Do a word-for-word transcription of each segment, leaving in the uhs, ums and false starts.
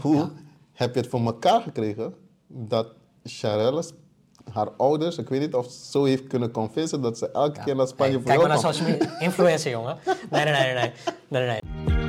Hoe Ja. heb je het voor elkaar gekregen dat Sharelle's, haar ouders, ik weet niet of ze zo heeft kunnen convincen dat ze elke Ja. keer naar Spanje Hey, voor kijk maar jou naar kwam? social media. Influencer, jongen. Nee, nee, nee, nee. nee, nee, nee.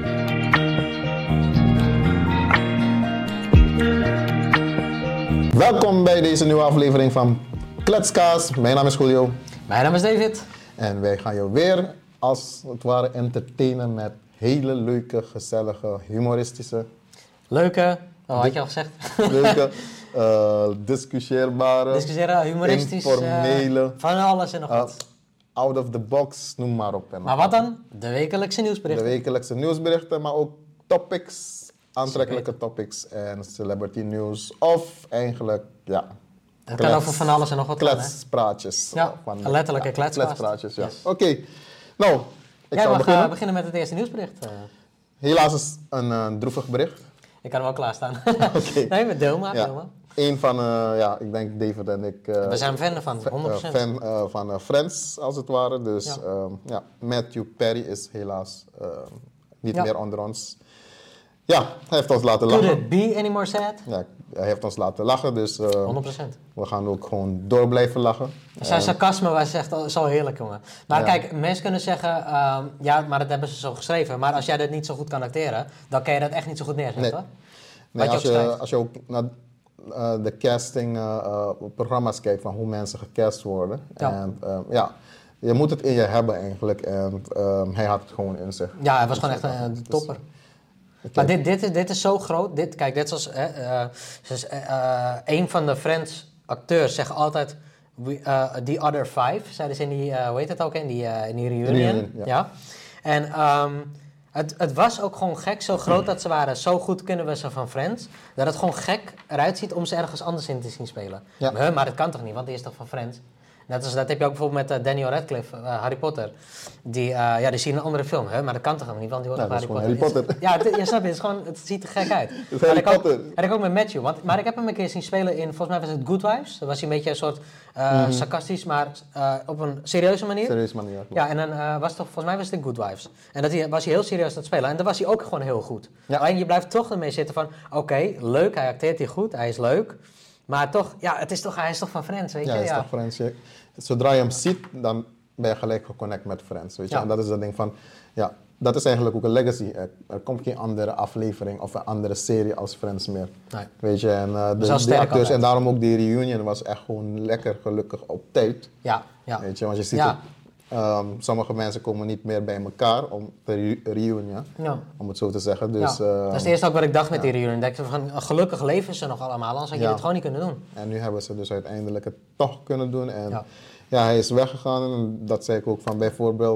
Welkom bij deze nieuwe aflevering van Kletskaas. Mijn naam is Julio Mijn naam is David. en wij gaan je weer als het ware entertainen met hele leuke, gezellige, humoristische, Leuke, wat had je al gezegd? leuke, uh, discussieerbare, Discussiëren, humoristisch. eh, informele, van alles en nog uh, wat. out of the box, noem maar op. En Maar wat dan? De wekelijkse De nieuwsberichten. wekelijkse nieuwsberichten, maar ook topics, aantrekkelijke topics en celebrity news. Of eigenlijk, ja, Het kan over van alles en nog wat gaan, hè? kletspraatjes. Ja, van, een letterlijke kletskast. kletspraatjes, ja. Yes. Oké, nou, ik Jij zal mag beginnen. beginnen. beginnen met het eerste nieuwsbericht. eh. Helaas is een uh, droevig bericht. Ik kan hem wel klaarstaan. Oké. Nee, met deel maar, Ja. deel maar. Eén van, uh, ja, ik denk David en ik... uh, We zijn fan ervan, fa- uh, honderd procent. fan uh, van uh, Friends, als het ware. Dus Ja. ja, ja Matthew Perry is helaas uh, niet Ja. meer onder ons. Ja, hij heeft ons laten Could lachen. it be any more sad? Ja, hij heeft ons laten lachen, dus uh, honderd procent. we gaan ook gewoon door blijven lachen. Zijn En- sarcasme was echt al- zo heerlijk, jongen. Maar Ja. kijk, mensen kunnen zeggen, ehm, ja, maar dat hebben ze zo geschreven. Maar als jij dat niet zo goed kan acteren, dan kan je dat echt niet zo goed neerzetten, Nee. hoor. Nee, Wat als, je ook je, schrijft. als je ook naar uh, de casting uh, uh, programma's kijkt van hoe mensen gecast worden. Ja. En um, ja, je moet het in je hebben eigenlijk. En um, hij had het gewoon in zich. Ja, hij was gewoon echt een Dus- topper. Oké. Maar dit, dit, is, dit is zo groot. Dit, kijk, dit is eh, eh, dus, eh, eh, een van de Friends acteurs zegt altijd we, eh, the other five, zeiden ze in die, eh, hoe heet het ook, in die, eh, in die reunion. Reunion, ja. ja. En ehm, het, het was ook gewoon gek, zo groot dat ze waren, zo goed kunnen we ze van Friends, dat het gewoon gek eruit ziet om ze ergens anders in te zien spelen. Ja. Maar, huh, maar dat kan toch niet, want die is toch van Friends? Net als dat heb je ook bijvoorbeeld met uh, Daniel Radcliffe, uh, Harry Potter. Die, uh, ja, die zien een andere film, hè? Maar dat kan toch helemaal niet, want die wordt Ja, toch dat Harry is gewoon Potter. Harry Het is- Ja, het, je snapt het, het, is gewoon, het ziet er gek uit. is Had Harry ik ook- Potter. Had ik ook met Matthew, want, maar ik heb hem een keer zien spelen in, volgens mij was het Good Wives. Dat was hij een beetje een soort uh, sarcastisch, maar uh, op een serieuze manier. Serieus manier. Ja, en dan uh, was het toch, volgens mij was het in Good Wives. En dat hij, was hij heel serieus aan het spelen. En dan was hij ook gewoon heel goed. Ja. Alleen je blijft toch ermee zitten van, oké, okay, leuk, hij acteert hier goed, hij is leuk. Maar toch, ja, het is toch, hij is toch van Friends, weet Ja, je? hij is toch Friends. Je- Zodra je hem ziet, dan ben je gelijk geconnect met Friends. Weet je? Ja. En dat is het ding van, ja, dat is eigenlijk ook een legacy. Er, er komt geen andere aflevering of een andere serie als Friends meer. Nee. Weet je, en uh, de, is wel die sterk acteurs, altijd. en daarom ook die reunion was echt gewoon lekker gelukkig op tijd. Ja, ja. Weet je, want je ziet Ja. het, ehm, sommige mensen komen niet meer bij elkaar om te re- reunion, Ja. om het zo te zeggen. Dus, ja. ehm, dat is het eerste ook wat ik dacht met die reunion. Ik dacht van, gelukkig leven ze nog allemaal, anders had je Ja. dit gewoon niet kunnen doen. En nu hebben ze dus uiteindelijk het toch kunnen doen. En Ja. ja, hij is weggegaan. En dat zei ik ook van bijvoorbeeld...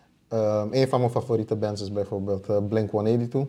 Um, een van mijn favoriete bands is bijvoorbeeld uh, Blink honderdtweeëntachtig.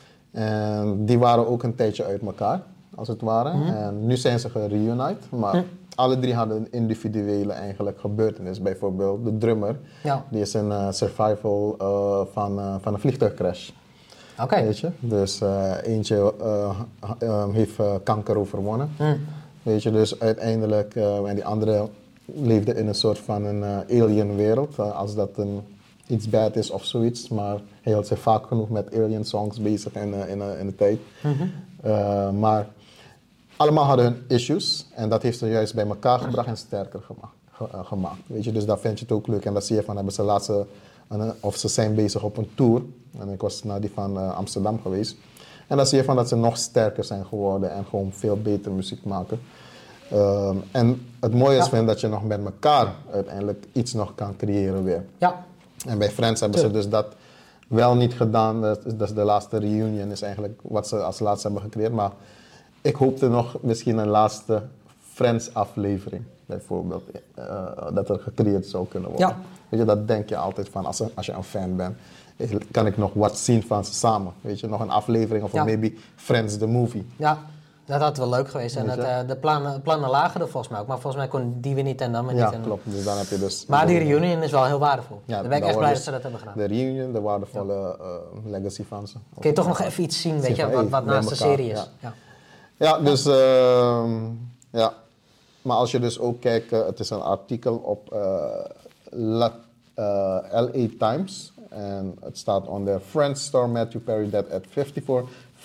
En die waren ook een tijdje uit elkaar, als het ware. Mhm. En nu zijn ze gereunite. Maar alle drie hadden een individuele eigenlijk gebeurtenis. Bijvoorbeeld de drummer, Ja. die is een uh, survival uh, van, uh, van een vliegtuigcrash. Oké. Weet je? Dus uh, eentje uh, uh, heeft uh, kanker overwonnen. Mm. Weet je, dus uiteindelijk, uh, en die andere leefde in een soort van een uh, alien wereld. Uh, als dat een, iets bad is of zoiets. Maar hij hield zich vaak genoeg met alien songs bezig in, uh, in, uh, in de tijd. Mhm. Uh, maar allemaal hadden hun issues. En dat heeft ze juist bij elkaar gebracht en sterker gema- ge- uh, gemaakt. Weet je, dus dat vind je het ook leuk. En dat zie je van, hebben ze laatste, uh, of ze zijn bezig op een tour. En ik was naar die van uh, Amsterdam geweest. En dan zie je van dat ze nog sterker zijn geworden en gewoon veel beter muziek maken. Um, en het mooie is Ja. vind dat je nog met elkaar uiteindelijk iets nog kan creëren weer. Ja. En bij Friends hebben ze dus dat wel niet gedaan. Dat is, dat is de laatste reunion is eigenlijk wat ze als laatste hebben gecreëerd. Maar ik hoopte nog misschien een laatste Friends aflevering bijvoorbeeld. Uh, dat er gecreëerd zou kunnen worden. Ja. Weet je, dat denk je altijd van als, als je een fan bent. Kan ik nog wat zien van ze samen? Weet je, nog een aflevering of Ja. maybe Friends the movie. Ja, dat had wel leuk geweest. En Weet het, je? uh, de plannen, plannen lagen er volgens mij ook. Maar volgens mij kon die weer niet en dan weer Ja, niet. En... klopt. Dus dan heb je dus... Maar die reunion is wel heel waardevol. Ja, Daar ben ik dat echt blij dat was ze dat hebben gedaan. De reunion, de waardevolle uh, legacy van ze. Kun je toch nog even iets zien, weet je, van, wat, hey, wat bij naast de elkaar, serie is. ja. Ja. Ja, dus uh, ja. Maar als je dus ook kijkt, uh, het is een artikel op uh, La, uh, L A Times. En het staat onder Friends star Matthew Perry dead at fifty-four.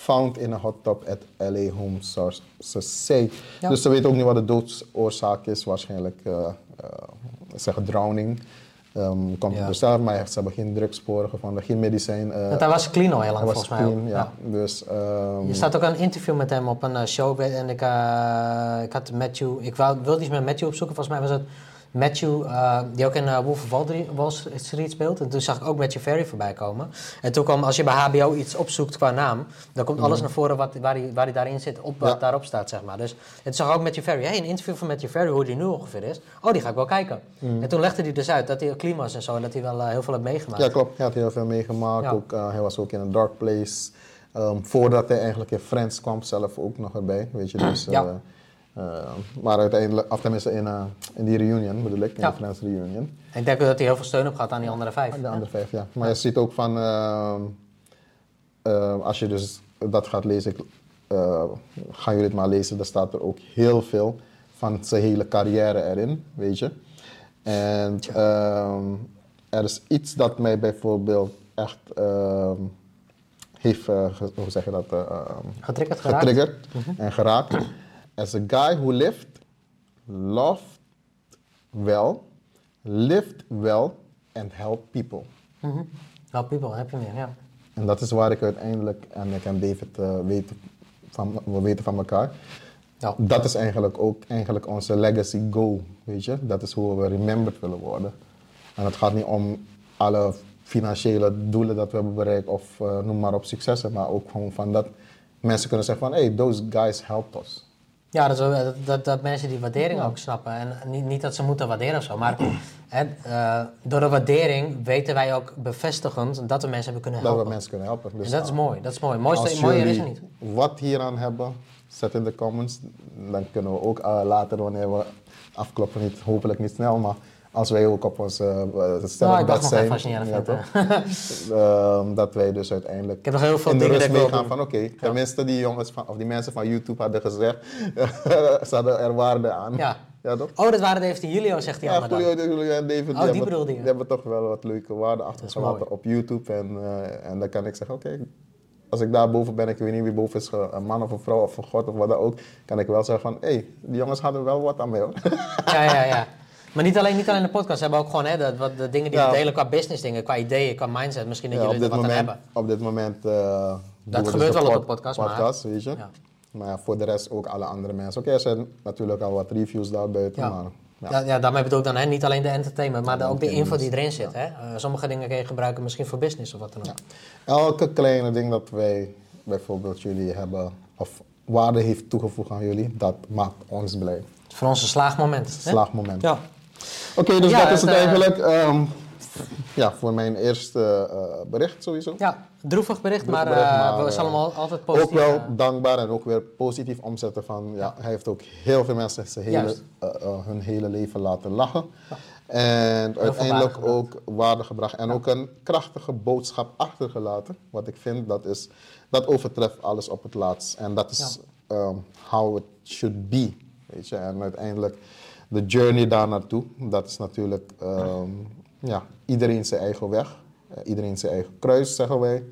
found in a hot tub at L A home, zoals ze zei. Ja. Dus ze weet ook niet wat de doodsoorzaak is. Waarschijnlijk, uh, uh, zeggen drowning. Um, komt Ja. er zelf, maar ze hebben geen drugssporen gevonden, geen medicijn. Uh, Want hij was clean al heel lang hij was volgens mij. clean, ook. ja. Dus, um, Je staat ook een interview met hem op een uh, show. En ik, uh, ik had Matthew... Ik wou, wilde iets met Matthew opzoeken. Volgens mij was het Matthew, uh, die ook in uh, Wolf of Wall, Wall Street speelt. En toen zag ik ook Matthew Ferry voorbij komen. En toen kwam, als je bij H B O iets opzoekt qua naam, dan komt alles mm. naar voren wat, waar, hij, waar hij daarin zit, op wat ja. daarop staat, zeg maar. Dus het zag ook Matthew Ferry. Hey, een interview van Matthew Ferry, hoe die nu ongeveer is. Oh, die ga ik wel kijken. Mm. En toen legde hij dus uit dat hij clean was en zo. En dat hij wel uh, heel veel heeft meegemaakt. Ja, klopt. Hij had heel veel meegemaakt. Ja. Ook, uh, hij was ook in een dark place. Um, voordat hij eigenlijk in Friends kwam, zelf ook nog erbij. Weet je, dus... Uh, ja. Uh, maar uiteindelijk, of tenminste in, uh, in die reunion bedoel ik, in ja. de Friends reunion. Ik denk dat hij heel veel steun op gehad aan die andere vijf. De ja. andere vijf, ja. Maar ja. je ziet ook van, uh, uh, als je dus dat gaat lezen, uh, gaan jullie het maar lezen, daar staat er ook heel veel van zijn hele carrière erin, weet je. En uh, er is iets dat mij bijvoorbeeld echt uh, heeft, uh, hoe zeg je dat? Uh, getriggerd, geraakt. getriggerd mm-hmm. en geraakt. As a guy who lived, loved well, lived well and helped people. Mm-hmm. Help people, heb je meer, ja. En dat is waar ik uiteindelijk, en ik en David uh, weten van, we weten van elkaar, ja. dat is eigenlijk ook eigenlijk onze legacy goal, weet je. Dat is hoe we remembered willen worden. En het gaat niet om alle financiële doelen dat we hebben bereikt of uh, noem maar op successen, maar ook gewoon van dat mensen kunnen zeggen van, hey, those guys helped us. Ja, dat, dat, dat, dat mensen die waardering ja. ook snappen. En niet, niet dat ze moeten waarderen of zo, maar hè, uh, door de waardering weten wij ook bevestigend dat we mensen hebben kunnen helpen. Dat we mensen kunnen helpen. Dus en dat is mooi, dat is mooi. Mooiste, mooier is er niet. Wat hieraan hebben, zet in de comments. Dan kunnen we ook uh, later, wanneer we afkloppen, niet, hopelijk niet snel, maar als wij ook op ons uh, sterrenbed zijn, ja, uh, dat wij dus uiteindelijk ik heb nog heel veel in de dingen rust meegaan van oké, okay, tenminste ja. die jongens van, of die mensen van YouTube hadden gezegd, ze hadden er waarde aan. Ja. Ja, toch? Oh, dat waren David en Julio, zegt hij allemaal dan. Ja, Julio en David, oh, die, die hebben, die die hebben toch wel wat leuke waarde achtergelaten op YouTube. En, uh, en dan kan ik zeggen, oké, okay, als ik daar boven ben, ik weet niet wie boven is, een man of een vrouw of een god of wat dan ook, kan ik wel zeggen van, hé, hey, die jongens hadden wel wat aan mij hoor. Ja, ja, ja. Maar niet alleen, niet alleen de podcast, ze hebben ook gewoon hè, de, wat, de dingen die ja. we delen qua business dingen, qua ideeën, qua mindset. Misschien dat ja, jullie er wat moment, aan hebben. Op dit moment uh, dat gebeurt dus wel pod- op de podcast, podcast maar... weet je. Ja. Maar voor de rest ook alle andere mensen. Oké, okay, er zijn natuurlijk al wat reviews daar buiten, ja. maar... Ja. Ja, ja, daarmee bedoel ik dan hè, niet alleen de entertainment, maar de, ook de info die erin zit. Ja. Hè? Uh, sommige dingen kun je gebruiken misschien voor business of wat dan ook. Ja. Elke kleine ding dat wij bijvoorbeeld jullie hebben, of waarde heeft toegevoegd aan jullie, dat maakt ons blij. Voor ons een slaagmoment. Slaagmoment. Ja. Oké, okay, dus ja, dat is het, het eigenlijk. Uh, um, ja, voor mijn eerste uh, bericht sowieso. Ja, droevig bericht, droevig maar, uh, maar we zijn allemaal altijd positief. Ook wel uh, dankbaar en ook weer positief omzetten van, ja, ja. hij heeft ook heel veel mensen zijn hele, uh, uh, hun hele leven laten lachen. Ja. En heel uiteindelijk waarde ook waarde gebracht en ja. ook een krachtige boodschap achtergelaten. Wat ik vind, dat is, dat overtreft alles op het laatst. En dat is ja. um, how it should be, weet je. En uiteindelijk de journey daar naartoe, dat is natuurlijk um, ja, iedereen zijn eigen weg. Uh, iedereen zijn eigen kruis, zeggen wij.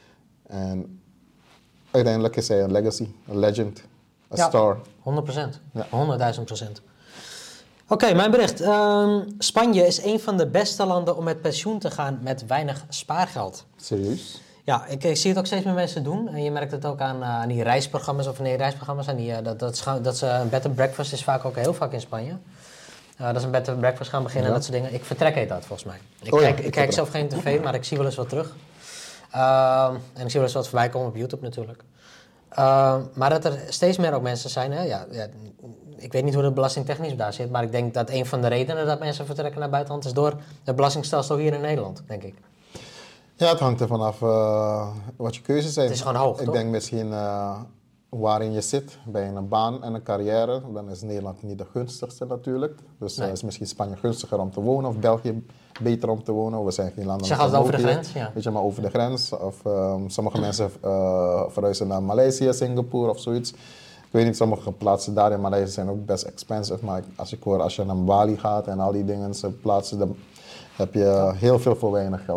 En uiteindelijk is hij een legacy, een legend, een ja, star. honderd procent. Ja. honderdduizend procent. Oké, okay, mijn bericht. Um, Spanje is een van de beste landen om met pensioen te gaan met weinig spaargeld. Serieus? Ja, ik, ik zie het ook steeds meer mensen doen. En je merkt het ook aan, uh, aan die reisprogramma's of nee, reisprogramma's. En die, uh, dat, dat, dat, dat ze een bed and breakfast is vaak ook heel vaak in Spanje. Uh, dat is een bed and breakfast gaan beginnen en ja. dat soort dingen. Ik vertrek heet dat volgens mij. Ik oh, kijk, ja, ik kijk zelf geen tv, maar ik zie wel eens wat terug. Uh, en ik zie wel eens wat voorbij komen op YouTube natuurlijk. Uh, maar dat er steeds meer ook mensen zijn. Hè? Ja, ja, ik weet niet hoe het belastingtechnisch daar zit, maar ik denk dat een van de redenen dat mensen vertrekken naar buitenland is door het belastingstelsel hier in Nederland, denk ik. Ja, het hangt er vanaf uh, wat je keuzes zijn. Het is gewoon hoog, Ik toch? denk misschien uh, waarin je zit, bij een baan en een carrière, dan is Nederland niet de gunstigste natuurlijk. Dus nee. uh, is misschien Spanje gunstiger om te wonen of België beter om te wonen. We zijn geen landen. Zeg altijd over de grens, ja. Weet je, maar over de grens. Of um, sommige mensen uh, verhuizen naar Maleisië, Singapore of zoiets. Ik weet niet, sommige plaatsen daar in Maleisië zijn ook best expensive. Maar als ik hoor, als je naar Bali gaat en al die dingen, plaatsen, dan heb je heel veel voor weinig geld.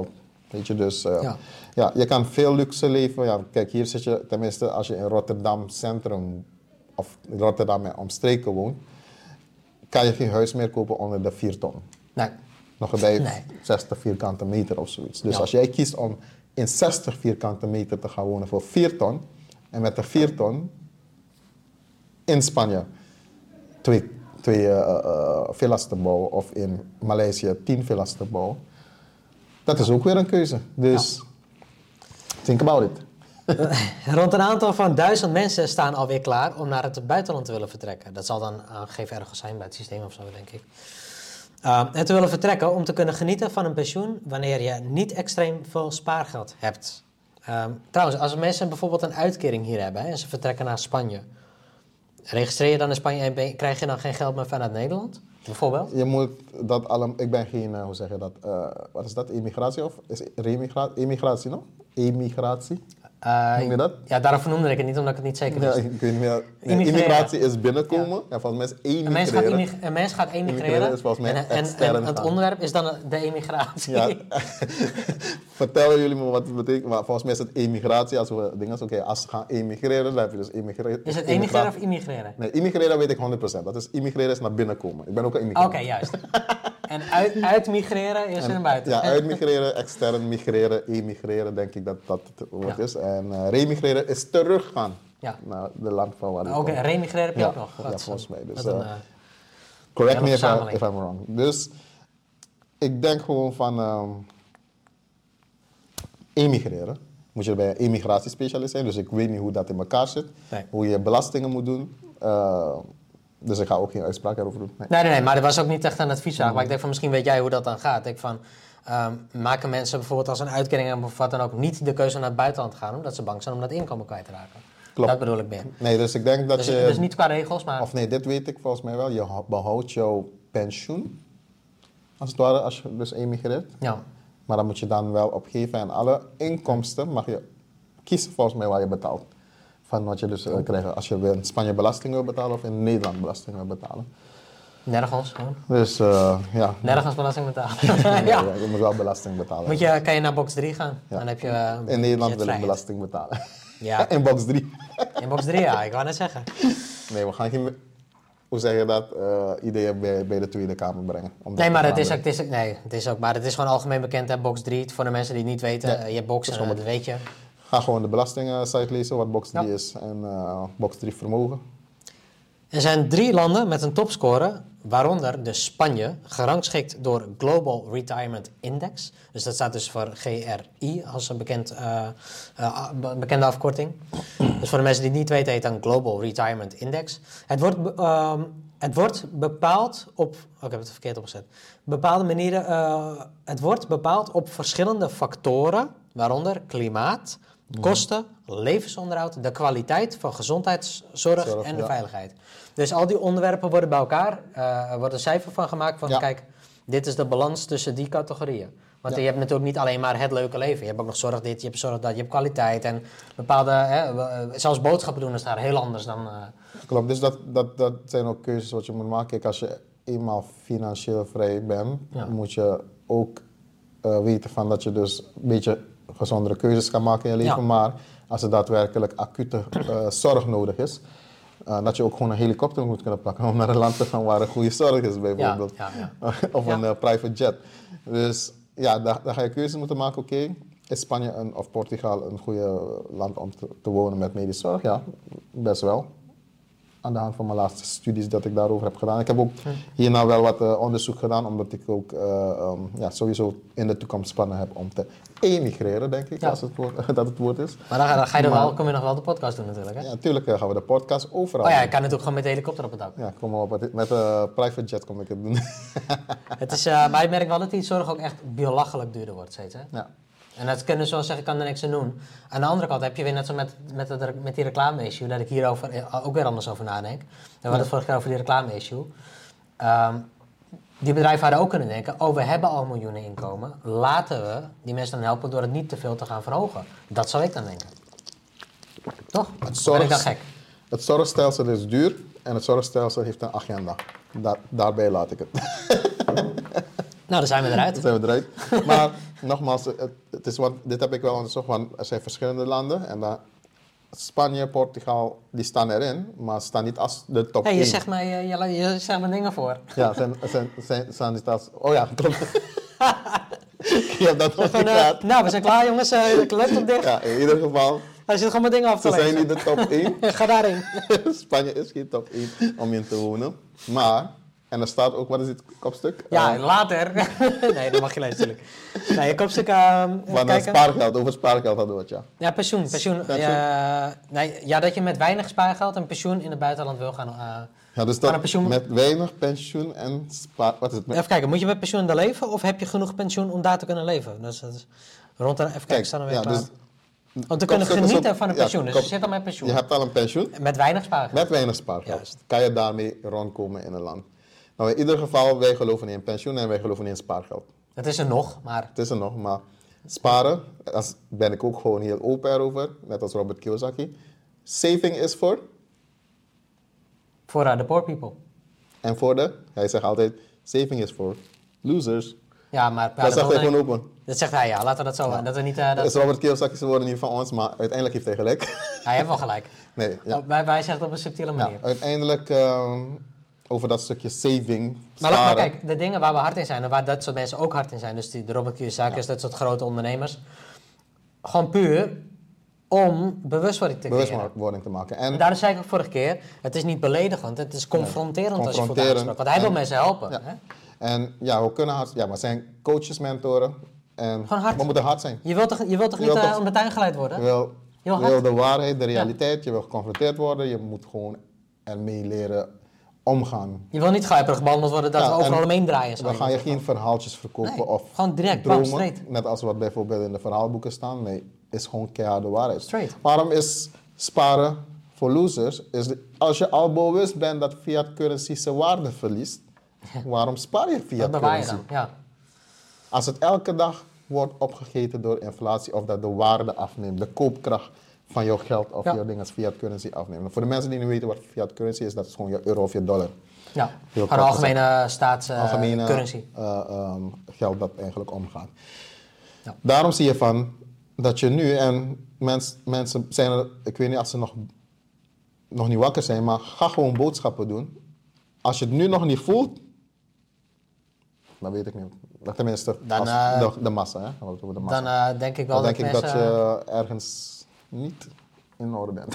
Weet je, dus uh, Ja. ja, je kan veel luxe leven. Ja, kijk, hier zit je, tenminste als je in Rotterdam Centrum of Rotterdam en omstreken woont, kan je geen huis meer kopen onder de vier ton. Nee. Nog bij Nee. zestig vierkante meter of zoiets. Dus Ja. als jij kiest om in zestig vierkante meter te gaan wonen voor vier ton, en met de vier ton in Spanje twee, twee uh, uh, villa's te bouwen, of in Maleisië tien villa's te bouwen, dat is ook weer een keuze. Dus think about it. Rond een aantal van duizend mensen staan alweer klaar om naar het buitenland te willen vertrekken. Dat zal dan aangegeven ergens zijn bij het systeem of zo, denk ik. Uh, en te willen vertrekken om te kunnen genieten van een pensioen wanneer je niet extreem veel spaargeld hebt. Um, trouwens, als mensen bijvoorbeeld een uitkering hier hebben hè, en ze vertrekken naar Spanje, registreer je dan in Spanje en ben- krijg je dan geen geld meer vanuit Nederland? Bijvoorbeeld? Je moet dat allemaal. Ik ben geen, uh, hoe zeg je dat? Uh, wat is dat? Emigratie of is remigratie? Emigratie, no? Emigratie? Uh, Noem je dat? Ja, daarom noemde ik het niet, omdat ik het niet zeker Ja, wist. ik weet niet meer. Nee, Immigreren. immigratie is binnenkomen. Ja. Ja, volgens mij is Een mens gaat, emigreren. immig- een mens gaat emigreren Emigreren is volgens mij en, en, extern en het gaan. onderwerp is dan de emigratie. Ja, vertellen jullie me wat het betekent. Maar volgens mij is het emigratie. Als we dingen, oké, okay, als ze gaan emigreren, dan heb je dus emigreren. Is het emigreren of immigreren? Nee, immigreren weet ik honderd procent. Dat is immigreren is naar binnen komen. Ik ben ook een Oké, immigrant. juist. En uit, uit migreren is er naar buiten. Ja, uitmigreren, extern migreren, emigreren, denk ik dat dat het woord Ja. is. En uh, remigreren is teruggaan Ja. naar de land van waar ik Oké, kom. remigreren heb je Ja, ook nog. ja, Wat- volgens mij. Dus, wat een, uh, uh, Correct me hele if, I, verzameling. if I'm wrong. Dus ik denk gewoon van um, emigreren. Moet je bij een emigratiespecialist zijn. Dus ik weet niet hoe dat in elkaar zit. Nee. Hoe je belastingen moet doen. Uh, dus ik ga ook geen uitspraak erover doen. Nee. Nee, nee, nee, maar dat was ook niet echt een adviesvraag. Maar ik denk van misschien weet jij hoe dat dan gaat. Ik denk van, um, maken mensen bijvoorbeeld als een uitkering hebben of wat dan ook niet de keuze om naar het buitenland te gaan, omdat ze bang zijn om dat inkomen kwijt te raken. Klopt. Dat bedoel ik meer. Nee, dus ik denk dat Dus, je... dus niet qua regels, maar... Of nee, dit weet ik volgens mij wel. Je ha- behoudt jouw pensioen. Als het ware, als je dus emigreert. Ja. Maar dan moet je dan wel opgeven. En alle inkomsten mag je kiezen volgens mij waar je betaalt. Van wat je dus uh, krijgt als je in Spanje belasting wil betalen of in Nederland belasting wil betalen. Nergens gewoon. Dus uh, ja. Nergens belasting betalen. Nee, ja. ja, je moet wel belasting betalen. Moet je, kan je naar box drie gaan. Ja. Dan heb je... uh, In Nederland wil ik vrijheid. belasting betalen. Ja. In box drie. In box drie, ja. Ik wou net zeggen. Nee, we gaan geen... Hoe zeg je dat? Uh, ideeën bij, bij de Tweede Kamer brengen. Om dat Nee, maar te het is, ook, veranderen. het, is ook, nee, het is ook... Maar het is gewoon algemeen bekend, hè. Box drie. Voor de mensen die het niet weten. Ja. Uh, je hebt box, Dat is uh, gewoon dat weet je. Ga gewoon de belastingssite lezen, wat box drie Ja. is en uh, box drie vermogen. Er zijn drie landen met een topscore, waaronder de Spanje, gerangschikt door Global Retirement Index. Dus dat staat dus voor G R I als een bekend, uh, uh, be- bekende afkorting. Dus voor de mensen die het niet weten, heet dan Global Retirement Index. Het wordt, be- um, het wordt bepaald op... Oh, ik heb het verkeerd opgezet. Bepaalde manieren... Uh, het wordt bepaald op verschillende factoren, waaronder klimaat, kosten, levensonderhoud, de kwaliteit van gezondheidszorg Zorg, en de ja. veiligheid. Dus al die onderwerpen worden bij elkaar, uh, er wordt een cijfer van gemaakt van, Ja. kijk, dit is de balans tussen die categorieën. Want Ja. je hebt natuurlijk niet alleen maar het leuke leven. Je hebt ook nog zorg dit, je hebt zorg dat, je hebt kwaliteit en bepaalde, hè, uh, zelfs boodschappen doen is daar heel anders dan... Uh, Klopt, dus dat, dat, dat zijn ook keuzes wat je moet maken. Kijk, als je eenmaal financieel vrij bent, Ja. moet moet je ook uh, weten van dat je dus een beetje gezondere keuzes kan maken in je leven. Ja. Maar als er daadwerkelijk acute uh, zorg nodig is, uh, dat je ook gewoon een helikopter moet kunnen pakken om naar een land te gaan waar een goede zorg is bijvoorbeeld. Ja, ja, of Ja. een uh, private jet. Dus ja, daar, daar ga je keuzes moeten maken. Oké, okay, is Spanje een, of Portugal een goede land om te, te wonen met medische zorg? Ja, best wel. Aan de hand van mijn laatste studies dat ik daarover heb gedaan. Ik heb ook hierna wel wat uh, onderzoek gedaan, omdat ik ook uh, um, ja, sowieso in de toekomst plannen heb om te emigreren, denk ik, Ja. als het woord, dat het woord is. maar dan, ga- dan ga je er Maar- wel, kom je nog wel de podcast doen natuurlijk, hè? Ja, natuurlijk uh, gaan we de podcast overal Oh ja, doen. ik kan natuurlijk gewoon met de helikopter op het dak. Ja, kom maar op. Met- Met een uh, private jet kom ik het doen. Het is, uh, maar ik merk wel dat die zorg ook echt belachelijk duurder wordt steeds, hè? ja. En dat kunnen ze wel zeggen, ik kan er niks aan doen. Aan de andere kant heb je weer net zo met, met, het, met die reclame-issue, dat ik hierover eh, ook weer anders over nadenk. We hadden het vorige keer over die reclame-issue. Um, die bedrijven hadden ook kunnen denken, oh, we hebben al miljoenen inkomen. Laten we die mensen dan helpen door het niet te veel te gaan verhogen. Dat zou ik dan denken. Toch? Het Of ben ik dan zorg- gek? Het zorgstelsel is duur en het zorgstelsel heeft een agenda. Da- daarbij laat ik het. Nou, dan zijn we eruit. Dan zijn we eruit. Maar nogmaals, het, het is wat, dit heb ik wel onderzocht, want er zijn verschillende landen. En dan Spanje, Portugal, die staan erin, maar staan niet als de top Hey, je één. zegt mij, je, je, je zegt me dingen voor. Ja, zijn, zijn, zijn, staan niet als... Oh ja, klopt. Je hebt dat nog Van, uh, gehad. nou, we zijn klaar jongens, uh, de laptop dicht. Ja, in ieder geval, Hij zit gewoon mijn dingen af te ze zijn lezen. niet de top één. Ga daarin. Spanje is geen top één om in te wonen. Maar, en er staat ook, wat is dit kopstuk? Ja, Uh, later. Nee, dat mag je lezen natuurlijk. Nee, je kopstuk, uh, even van uh, kijken. spaargeld, over spaargeld hadden we het, ja. Ja, pensioen. pensioen, Pensioen. uh, nee, ja, dat je met weinig spaargeld een pensioen in het buitenland wil gaan... Uh, Ja, dus Maar dat een pensioen- met weinig pensioen en spaar... Wat is het? Met, even kijken, moet je met pensioen daar leven of heb je genoeg pensioen om daar te kunnen leven? Dus dat is rond de... Even kijken, Kijk, staan we weer ja, klaar. dus Om te kunnen kopstuk is genieten op- van een ja, pensioen. Dus kop- je zit al met pensioen. je hebt al een pensioen Met weinig spaargeld. met weinig spaargeld. Juist. Kan je daarmee rondkomen in een land. Nou, in ieder geval, wij geloven niet in pensioen en wij geloven niet in spaargeld. Het is er nog, maar... Het is er nog, maar sparen, daar ben ik ook gewoon heel open erover, net als Robert Kiyosaki. Saving is voor, Voor uh, de poor people. en voor de, hij zegt altijd, saving is voor losers. Ja, maar... ja, dat zegt hij hoort er- gewoon open. Dat zegt hij, ja. Laten we dat zo... Ja. Dat we niet... Uh, Dat dat, is Robert Kiyosaki's woorden niet van ons, maar uiteindelijk heeft hij gelijk. hij heeft wel gelijk. Nee, ja. Oh, wij, wij zeggen het op een subtiele Ja, manier. uiteindelijk ehm, over dat stukje saving, Maar, la- maar sparen. kijk, de dingen waar we hard in zijn en waar dat soort mensen ook hard in zijn, dus die, de Robert Kiyosaki's, dat soort grote ondernemers, gewoon puur om bewustwording te creëren. bewustwording te maken. En En daarom zei ik ook vorige keer, het is niet beledigend, het is confronterend als je voelt confronterend. aangesproken. Want hij wil En- mensen helpen. Ja. Hè? En ja, we kunnen hard, ja, we zijn coaches, mentoren. En Gewoon hard. we moeten hard zijn. Je wilt toch, je wilt toch Je niet wilt eh, toch- om de tuin geleid worden? Je wil, Heel je hard. wil de waarheid, de realiteit, je wil geconfronteerd worden. Je moet gewoon ermee leren omgaan. Je wil niet grijperig behandeld worden dat Ja, we overal en omheen draaien. Zo. Dan ga je geen verhaaltjes verkopen Nee, of gewoon direct, bam, dromen. straight. Net als wat bijvoorbeeld in de verhaalboeken staan. Nee, is gewoon keiharde waarheid. Straight. Waarom is sparen voor losers? Is de- als je al bewust bent dat fiat currency zijn waarde verliest, waarom spaar je fiat Dat bewaar je currency? dan, ja. Als het elke dag wordt opgegeten door inflatie of dat de waarde afneemt, de koopkracht van jouw geld of Ja. jouw ding als fiat currency afneemt. Voor de mensen die niet weten wat fiat currency is, dat is gewoon je euro of je dollar. Ja, Heel gewoon kort algemene staats uh, Algemene currency. eh, ehm, geld dat eigenlijk omgaat. Ja. Daarom zie je van dat je nu, en mens, mensen zijn er, ik weet niet als ze nog, nog niet wakker zijn, maar ga gewoon boodschappen doen. Als je het nu nog niet voelt, dan weet ik niet. Dat tenminste, Dan, als eh, de, de massa, hè? We hebben het over de massa. Dan uh, denk ik wel Dan dat denk ik mensen... dat je ergens niet in orde bent.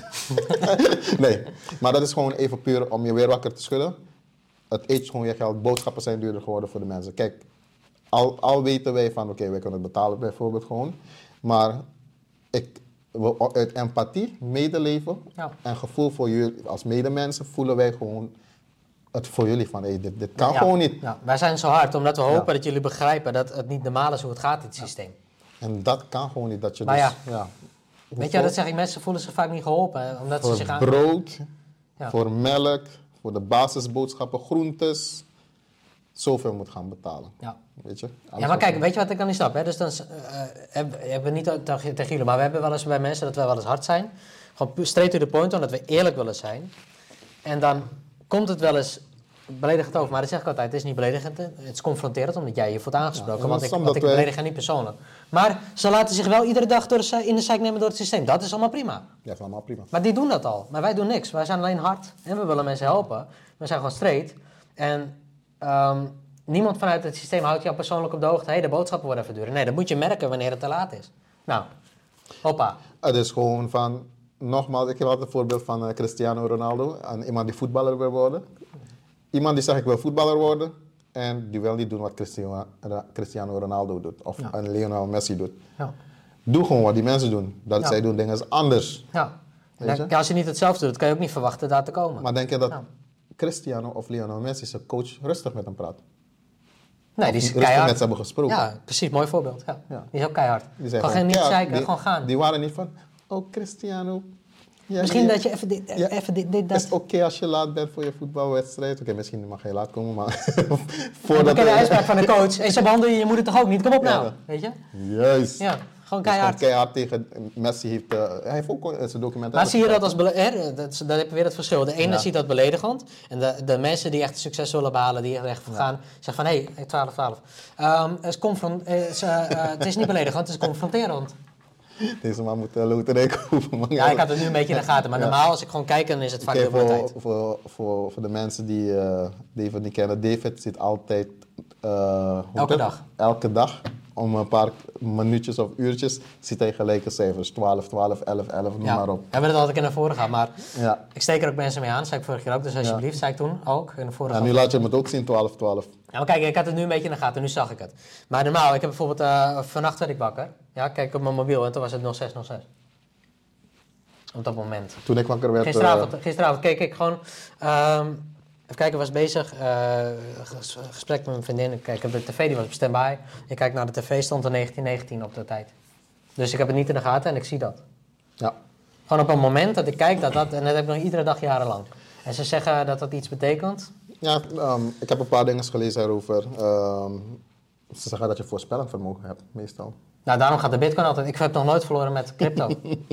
Nee, maar dat is gewoon even puur om je weer wakker te schudden. Het eet gewoon je geld. Boodschappen zijn duurder geworden voor de mensen. Kijk, al, al weten wij van, oké, wij kunnen het betalen bijvoorbeeld gewoon. Maar ik, we- uit empathie, medeleven Ja. en gevoel voor jullie als medemensen voelen wij gewoon het voor jullie van, hey, dit, dit kan Ja, gewoon niet. Ja, wij zijn zo hard omdat we hopen Ja. dat jullie begrijpen dat het niet normaal is hoe het gaat in het systeem. En dat kan gewoon niet. Dat je Maar dus, ja. ja. Weet je, dat zeg ik, mensen voelen zich vaak niet geholpen. hè, Omdat ze Voor zich aan... brood, Ja. voor melk, voor de basisboodschappen, groentes, zoveel moet gaan betalen. Ja. Weet je? Alles Ja, maar wat- kijk, weet je wat ik dan niet snap? Hè? Dus dan uh, hebben hebben we niet tegen tegen jullie, maar we hebben wel eens bij mensen dat wij wel eens hard zijn. Gewoon pu- straight to the point, omdat we eerlijk willen zijn. En dan komt het wel eens beledigend over. Maar dat zeg ik altijd, het is niet beledigend. hè. Het is confronterend, omdat jij je voelt aangesproken. Ja, want ik, omdat want ik wij- beledig hen niet persoonlijk. Maar ze laten zich wel iedere dag door de, ze- in de zeik nemen door het systeem. Dat is allemaal prima. Ja, dat is allemaal prima. Maar die doen dat al. Maar wij doen niks. Wij zijn alleen hard en we willen mensen helpen. We zijn gewoon straight. En ehm, niemand vanuit het systeem houdt jou persoonlijk op de hoogte. Hé, hey, de boodschappen worden even duurder. Nee, dat moet je merken wanneer het te laat is. Nou, hoppa. Het is gewoon van, nogmaals, ik heb altijd een voorbeeld van eh, Cristiano Ronaldo. En iemand die voetballer wil worden. Iemand die zegt ik wil voetballer worden. En die wil niet doen wat Cristiano, Cristiano Ronaldo doet. Of Ja. een Lionel Messi doet. Ja. Doe gewoon wat die mensen doen. Dat Ja. zij doen dingen is anders. Ja. Weet je? En als je niet hetzelfde doet, kan je ook niet verwachten daar te komen. Maar denk je dat Ja. Cristiano of Lionel Messi zijn coach rustig met hem praat? nee, die is Rustig keihard. met ze hebben gesproken. Ja, precies. Mooi voorbeeld. Ja. Ja. Die is ook keihard. Die zijn Gewoon geen niet keihard. zeiken, Die- gewoon gaan. Die waren niet van, oh Cristiano. ja, Misschien ja, dat je even dit, Ja. even dit, dit Is dat... het oké als je laat bent voor je voetbalwedstrijd? Oké, misschien mag je laat komen, maar Een voordat... bekende uitspraak van de coach. Hey, zo behandel je je moeder toch ook niet? Kom op nou. Ja. Weet je? Juist. Ja, Gewoon Dus keihard. keihard tegen Messi heeft... Uh, hij heeft ook in zijn documentaire... Maar zie je dat als... Bele- hè, dat, dat heb je weer het verschil. De ene Ja. ziet dat beledigend. En de, de mensen die echt succes willen behalen, die er echt voor gaan, zeggen van... Hé, hey, twaalf twaalf. Um, het, is confront- uh, is, uh, uh, het is niet beledigend, het is confronterend. Deze man moet uh, loterij kopen. Man. Ja, ik had het nu een beetje in de gaten. Maar Ja. normaal, als ik gewoon kijk, dan is het vaak Kijk, dubbele voor, tijd. voor, voor, voor de mensen die uh, David niet kennen. David zit altijd... Uh, hoe Elke dat? dag. Elke dag. Om een paar minuutjes of uurtjes ziet hij gelijke cijfers. twaalf, twaalf, elf, elf, noem Ja, maar op. we hebben het altijd in de vorige gehad, maar Ja. ik steek er ook mensen mee aan. Dat zei ik vorige keer ook, dus alsjeblieft, zei ik toen ook in de vorige Ja, nu laat je hem het ook zien, twaalf, twaalf. Ja, maar kijk, ik had het nu een beetje in de gaten, nu zag ik het. Maar normaal, ik heb bijvoorbeeld, uh, vannacht werd ik wakker. Ja, kijk op mijn mobiel en toen was het nul zes nul zes. Op dat moment. Toen ik wakker werd... Gisteravond, uh, gisteravond keek ik gewoon... Um, even kijken, was bezig. Uh, ges, gesprek met mijn vriendin. Kijk, ik heb de tv, die was op standby. Ik kijk naar de tv, stond er negentien negentien op de tijd. Dus ik heb het niet in de gaten en ik zie dat. Ja. Gewoon op een moment dat ik kijk, dat dat... En dat heb ik nog iedere dag jarenlang. En ze zeggen dat dat iets betekent. Ja, um, ik heb een paar dingen gelezen daarover. Um, ze zeggen dat je voorspellend vermogen hebt, meestal. Nou, daarom gaat de bitcoin altijd... Ik heb nog nooit verloren met crypto.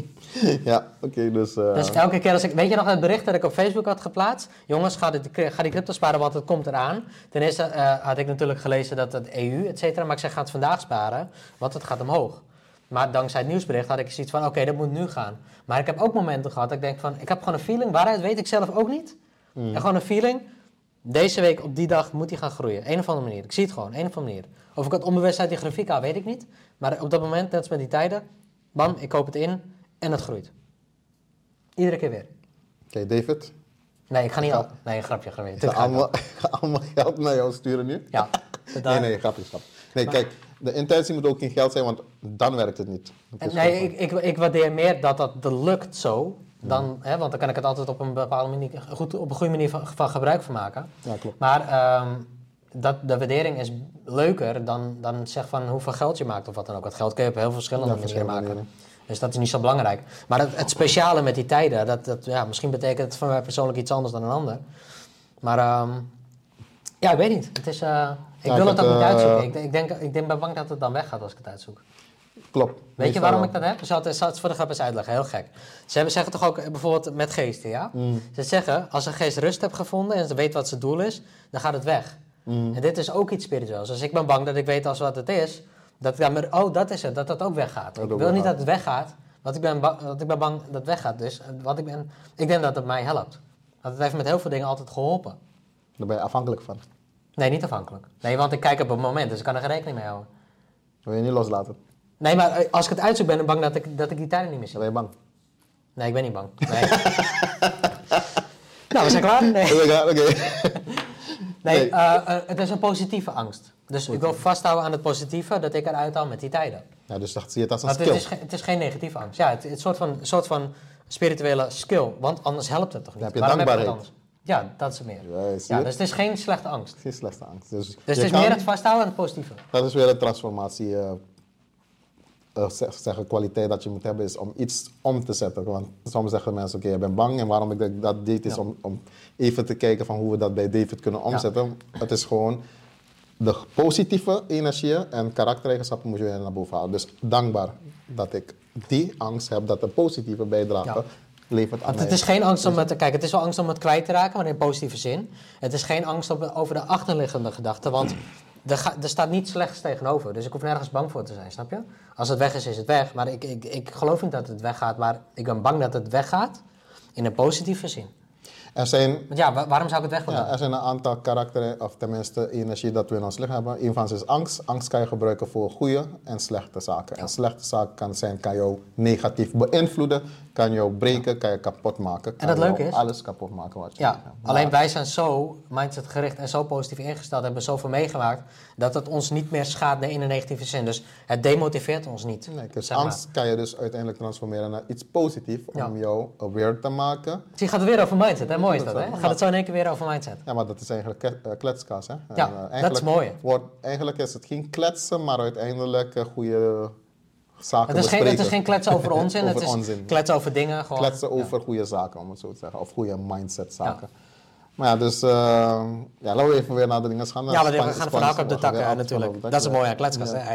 Ja, oké, okay, dus... Uh... Dus elke keer als ik... Weet je nog het bericht dat ik op Facebook had geplaatst? Jongens, ga, dit, ga die crypto sparen, want het komt eraan. Ten eerste uh, had ik natuurlijk gelezen dat het E U, et cetera... Maar ik zeg, ga het vandaag sparen, want het gaat omhoog. Maar dankzij het nieuwsbericht had ik zoiets van... Oké, okay, dat moet nu gaan. Maar ik heb ook momenten gehad dat ik denk van... Ik heb gewoon een feeling, waaruit weet ik zelf ook niet. Mm. En gewoon een feeling... Deze week op die dag moet hij gaan groeien. Een of andere manier. Ik zie het gewoon, een of andere manier. Of ik het onbewust uit die grafiek haal, weet ik niet. Maar op dat moment, net als met die tijden... Bam, ik koop het in en het groeit. Iedere keer weer. Oké, okay, David? Nee, ik ga niet ga, al... Nee, een grapje. grapje. Ik ga allemaal, ga allemaal geld naar jou sturen nu? Ja. Nee, nee, grapje, grapje. Nee, maar, kijk, de intentie moet ook geen geld zijn, want dan werkt het niet. Het nee, ik, ik, ik waardeer meer dat dat lukt zo... Dan, hmm. hè, want dan kan ik het altijd op een bepaalde manier... Goed, op een goede manier van, van gebruik van maken. Ja, klopt. Maar um, dat, de waardering is leuker dan, dan zeg van hoeveel geld je maakt of wat dan ook. Het geld kun je op heel veel verschillende ja, manieren maken. Manieren. Dus dat is niet zo belangrijk. Maar het, het speciale met die tijden, dat, dat, ja, misschien betekent het voor mij persoonlijk iets anders dan een ander. Maar um, ja, ik weet niet. Het is, uh, ik ja, wil ik het ook uh, niet uitzoeken. Ik, ik, denk, ik denk, ben bang dat het dan weggaat als ik het uitzoek. Klopt. Weet je waarom wel. ik dat heb? Ik zal het, zal het voor de grap eens uitleggen, heel gek. Ze hebben, zeggen toch ook bijvoorbeeld met geesten, ja? Mm. Ze zeggen, als een geest rust heeft gevonden en ze weet wat zijn doel is, dan gaat het weg. Mm. En dit is ook iets spiritueels. Dus ik ben bang dat ik weet als wat het is, dat ik dan maar, oh, dat is het, dat dat ook weggaat. Dat ik wil weggaat. niet dat het weggaat, want ik ben bang, want ik ben bang dat het weggaat. Dus wat ik, ben, ik denk dat het mij helpt. Want het heeft met heel veel dingen altijd geholpen. Daar ben je afhankelijk van? Nee, niet afhankelijk. Nee, want ik kijk op het moment, dus ik kan er geen rekening mee houden. Wil je niet loslaten? Nee, maar als ik het uitzoek ben, ben ik bang dat ik, dat ik die tijden niet meer zie. Ben je bang? Nee, ik ben niet bang. Nee. Nou, we zijn klaar? Nee. Oké. Okay. nee, nee. Uh, uh, het is een positieve angst. Dus Goed. ik wil vasthouden aan het positieve dat ik eruit haal met die tijden. Ja, dus dat zie je het als een maar skill. Het is, het is geen negatieve angst. Ja, het is een soort van, soort van spirituele skill. Want anders helpt het toch niet? Dan heb je Waarom dankbaarheid. Heb je ja, dat is het meer. Ja, ja, dus het is geen slechte angst. Geen slechte angst. Dus, dus het is kan, meer het vasthouden aan het positieve. Dat is weer een transformatie. Uh, Uh, zeggen, kwaliteit dat je moet hebben is om iets om te zetten. Want soms zeggen mensen, oké, okay, ik ben bang en waarom ik dat deed is ja. om, om even te kijken van hoe we dat bij David kunnen omzetten. Ja. Het is gewoon de positieve energieën en karaktereigenschappen moet je naar boven halen. Dus dankbaar dat ik die angst heb dat de positieve bijdrage ja. levert aan Want mij. Het is geen angst om het, kijk, het is wel angst om het kwijt te raken, maar in positieve zin. Het is geen angst op, over de achterliggende gedachten, want Er, ga, er staat niets slechts tegenover, dus ik hoef nergens bang voor te zijn, snap je? Als het weg is, is het weg. Maar ik, ik, ik geloof niet dat het weggaat, maar ik ben bang dat het weggaat in een positieve zin. Er zijn, Want ja, wa- waarom zou ik het weg willen? Ja, er zijn een aantal karakteren, of tenminste energie dat we in ons lichaam hebben. Een van ze is angst. Angst kan je gebruiken voor goede en slechte zaken. Ja. En slechte zaken kan zijn, kan jou negatief beïnvloeden, kan jou breken, kan je kapot maken. Kan en dat leuke is? alles kapot maken wat je ja, hebt. Maar, alleen wij zijn zo mindset gericht en zo positief ingesteld, hebben zoveel meegemaakt, dat het ons niet meer schaadt in een negatieve zin. Dus het demotiveert ons niet. Nee, dus angst kan je dus uiteindelijk transformeren naar iets positiefs ja. om jou aware te maken. Zie, gaat het weer over mindset, hè? Mooi is dat, hè? Gaat het zo in één keer weer over mindset. Ja, maar dat is eigenlijk kletskas, hè? Ja, en, uh, dat is mooi. Wordt, eigenlijk is het geen kletsen, maar uiteindelijk uh, goede zaken het is bespreken. Geen, het is geen kletsen over onzin, over het is onzin. kletsen over dingen. Gewoon, kletsen over ja. goede zaken, om het zo te zeggen. Of goede mindset zaken. Maar ja, dus uh, ja, laten we even weer naar de dingen gaan. Ja, maar we gaan van hak op de takken natuurlijk. Dat is een mooie kletskast, ja. Hè?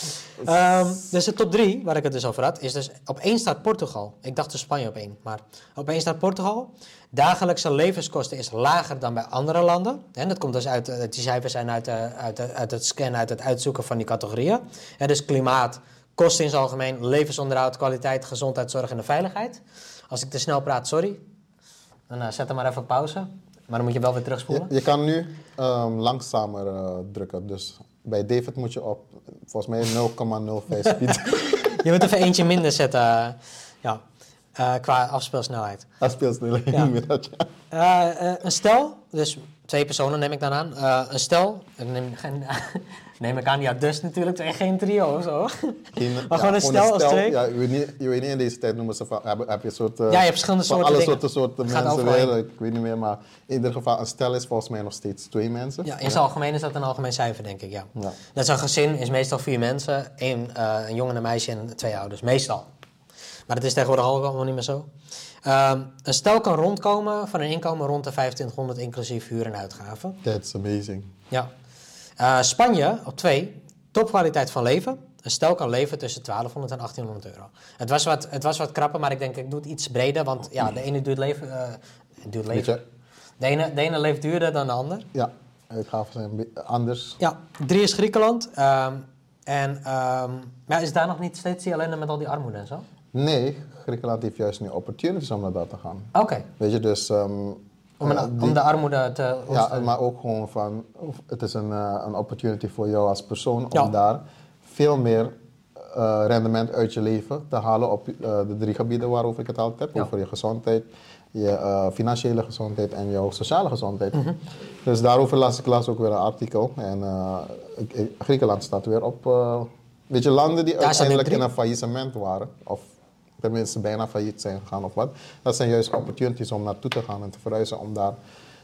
Hey. Um, dus de top drie, waar ik het dus over had, is dus op één staat Portugal. Ik dacht dus Spanje op één, maar op één staat Portugal. Dagelijkse levenskosten is lager dan bij andere landen. En dat komt dus uit, die cijfers zijn uit, uit, uit het scannen, uit het uitzoeken van die categorieën. En dus klimaat, kosten in het algemeen, levensonderhoud, kwaliteit, gezondheidszorg en de veiligheid. Als ik te snel praat, sorry. Dan uh, zet hem maar even op pauze. Maar dan moet je wel weer terugspoelen. Je, je kan nu um, langzamer uh, drukken. Dus bij David moet je op, volgens mij nul komma nul vijf speed. Je moet even eentje minder zetten. Uh, ja, uh, qua afspeelsnelheid. Afspeelsnelheid, ja. inderdaad, ja. Uh, uh, een stel, dus twee personen neem ik dan aan. Uh, een stel, ik neem, geen, neem ik aan, ja dus natuurlijk, twee, geen trio of zo. Geen, maar ja, gewoon een stel, stel als twee. Ja, je weet, niet, je weet niet, in deze tijd noemen ze van, heb, heb je een soort... Uh, ja, je hebt verschillende soorten alle dingen. soorten, soorten mensen weer, ik weet niet meer, maar in ieder geval een stel is volgens mij nog steeds twee mensen. Ja, in het ja. algemeen is dat een algemeen cijfer, denk ik, ja. ja. Dat is een gezin, is meestal vier mensen, één, uh, een jongen en een meisje en twee ouders, meestal. Maar dat is tegenwoordig ook allemaal niet meer zo. Um, een stel kan rondkomen van een inkomen rond de vijfentwintighonderd inclusief huur en uitgaven. That's amazing. Ja. Uh, Spanje op twee, topkwaliteit van leven. Een stel kan leven tussen twaalfhonderd en achttienhonderd euro. Het was wat, het was wat krapper, maar ik denk ik doe het iets breder. Want ja, de ene duurt leven. Uh, duurt leven. De, ene, de ene leeft duurder dan de ander. Ja, uitgaven zijn anders. Ja, drie is Griekenland. Um, en um, maar is daar nog niet steeds die ellende met al die armoede en zo? Nee, Griekenland heeft juist nu opportunities om naar dat te gaan. Oké. Okay. Weet je, dus... Um, om, een, uh, die, om de armoede te... Ja, maar ook gewoon van... Het is een, uh, een opportunity voor jou als persoon om ja. daar veel meer uh, rendement uit je leven te halen op uh, de drie gebieden waarover ik het altijd heb. Ja. Over je gezondheid, je uh, financiële gezondheid en jouw sociale gezondheid. Mm-hmm. Dus daarover las ik laatst ook weer een artikel. En uh, ik, ik, Griekenland staat weer op... Uh, weet je, landen die ja, uiteindelijk in een faillissement waren... of tenminste bijna failliet zijn gegaan of wat. Dat zijn juist opportunities om naartoe te gaan en te verhuizen. Om daar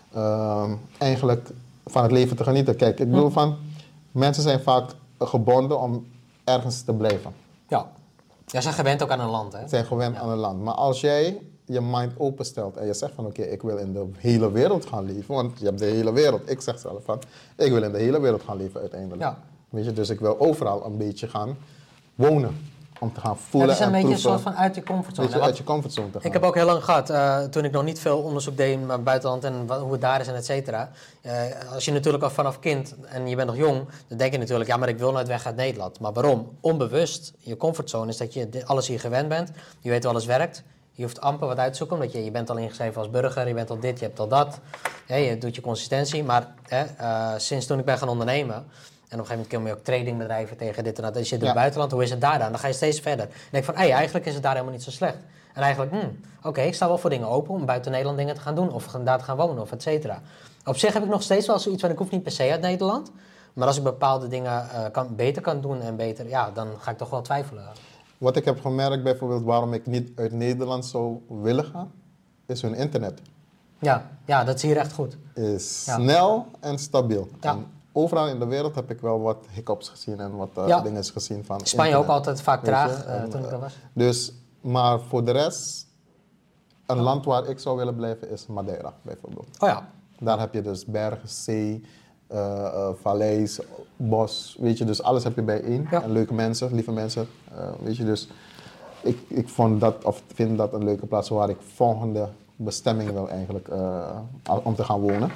uh, eigenlijk van het leven te genieten. Kijk, ik bedoel van... Mensen zijn vaak gebonden om ergens te blijven. Ja, ja, zijn gewend ook aan een land, hè? Zijn gewend ja. aan een land. Maar als jij je mind openstelt en je zegt van... Oké, okay, ik wil in de hele wereld gaan leven. Want je hebt de hele wereld. Ik zeg zelf van... Ik wil in de hele wereld gaan leven uiteindelijk. Ja. Weet je, dus ik wil overal een beetje gaan wonen. Om te gaan voelen en ja, het is een en beetje een soort van uit je comfortzone. Beetje uit je comfortzone te gaan. Ik heb ook heel lang gehad, uh, toen ik nog niet veel onderzoek deed naar buitenland en wat, hoe het daar is en et cetera. Uh, als je natuurlijk al vanaf kind en je bent nog jong, dan denk je natuurlijk, ja, maar ik wil nooit weg uit Nederland. Maar waarom? Onbewust, je comfortzone is dat je alles hier gewend bent. Je weet hoe alles werkt. Je hoeft amper wat uit te zoeken, omdat je, je bent al ingeschreven als burger, je bent al dit, je hebt al dat. Ja, je doet je consistentie. Maar uh, sinds toen ik ben gaan ondernemen... En op een gegeven moment kom je ook tradingbedrijven tegen dit en dat. Als je zit in het ja. buitenland, hoe is het daar dan? Dan ga je steeds verder. En denk van, hey, eigenlijk is het daar helemaal niet zo slecht. En eigenlijk, hmm, oké, okay, ik sta wel voor dingen open om buiten Nederland dingen te gaan doen. Of daar te gaan wonen, of et cetera. Op zich heb ik nog steeds wel zoiets van, ik hoef niet per se uit Nederland. Maar als ik bepaalde dingen uh, kan, beter kan doen en beter, ja, dan ga ik toch wel twijfelen. Wat ik heb gemerkt bijvoorbeeld waarom ik niet uit Nederland zou willen gaan, is hun internet. Ja, ja, dat is hier echt goed. Is ja. snel en stabiel. Ja. En overal in de wereld heb ik wel wat hiccups gezien en wat uh, ja. dingen gezien van Spanje internet. ook altijd vaak traag uh, toen ik er was. Dus, maar voor de rest, een oh. land waar ik zou willen blijven is Madeira bijvoorbeeld. Oh ja. Daar heb je dus bergen, zee, uh, uh, valleis, bos, weet je, dus alles heb je bijeen. Ja. En leuke mensen, lieve mensen, uh, weet je, dus ik, ik vond dat, of vind dat een leuke plaats waar ik volgende bestemming wil eigenlijk, uh, om te gaan wonen.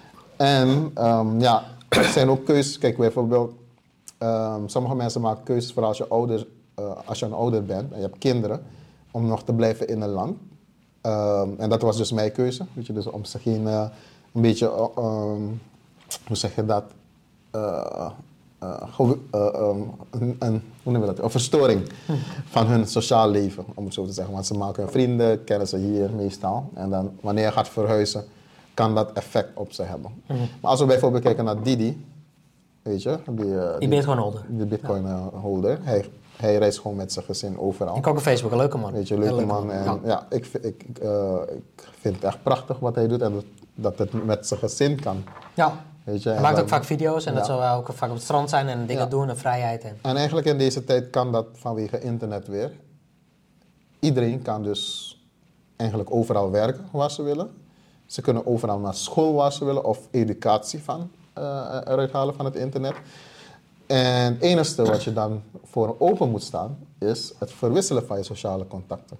En um, ja, er zijn ook keuzes. Kijk, bijvoorbeeld, um, sommige mensen maken keuzes voor als je, ouder, uh, als je een ouder bent en je hebt kinderen, om nog te blijven in een land. Um, en dat was dus mijn keuze. Weet je, dus om ze geen, uh, een beetje, uh, um, hoe zeg je dat, uh, uh, ge- uh, um, een, een, hoe noem je dat? Een verstoring van hun sociaal leven, om het zo te zeggen. Want ze maken hun vrienden, kennen ze hier meestal. En dan, wanneer je gaat verhuizen, kan dat effect op ze hebben. Mm-hmm. Maar als we bijvoorbeeld kijken naar Didi, weet je, die, uh, die bitcoin holder. Die bitcoin ja. holder. Hij, hij reist gewoon met zijn gezin overal. Ik ook op Facebook, een leuke man. Weet je, leuke, leuke man. man. En ja, ja ik, ik, uh, ik vind het echt prachtig wat hij doet en dat, dat het met zijn gezin kan. Ja, weet je, hij maakt ook vaak video's en ja. dat zal ook vaak op het strand zijn en dingen ja. doen en vrijheid. En... en eigenlijk in deze tijd kan dat vanwege internet weer. Iedereen kan dus eigenlijk overal werken waar ze willen. Ze kunnen overal naar school waar ze willen of educatie van, uh, eruit halen van het internet. En het enige wat je dan voor open moet staan, is het verwisselen van je sociale contacten.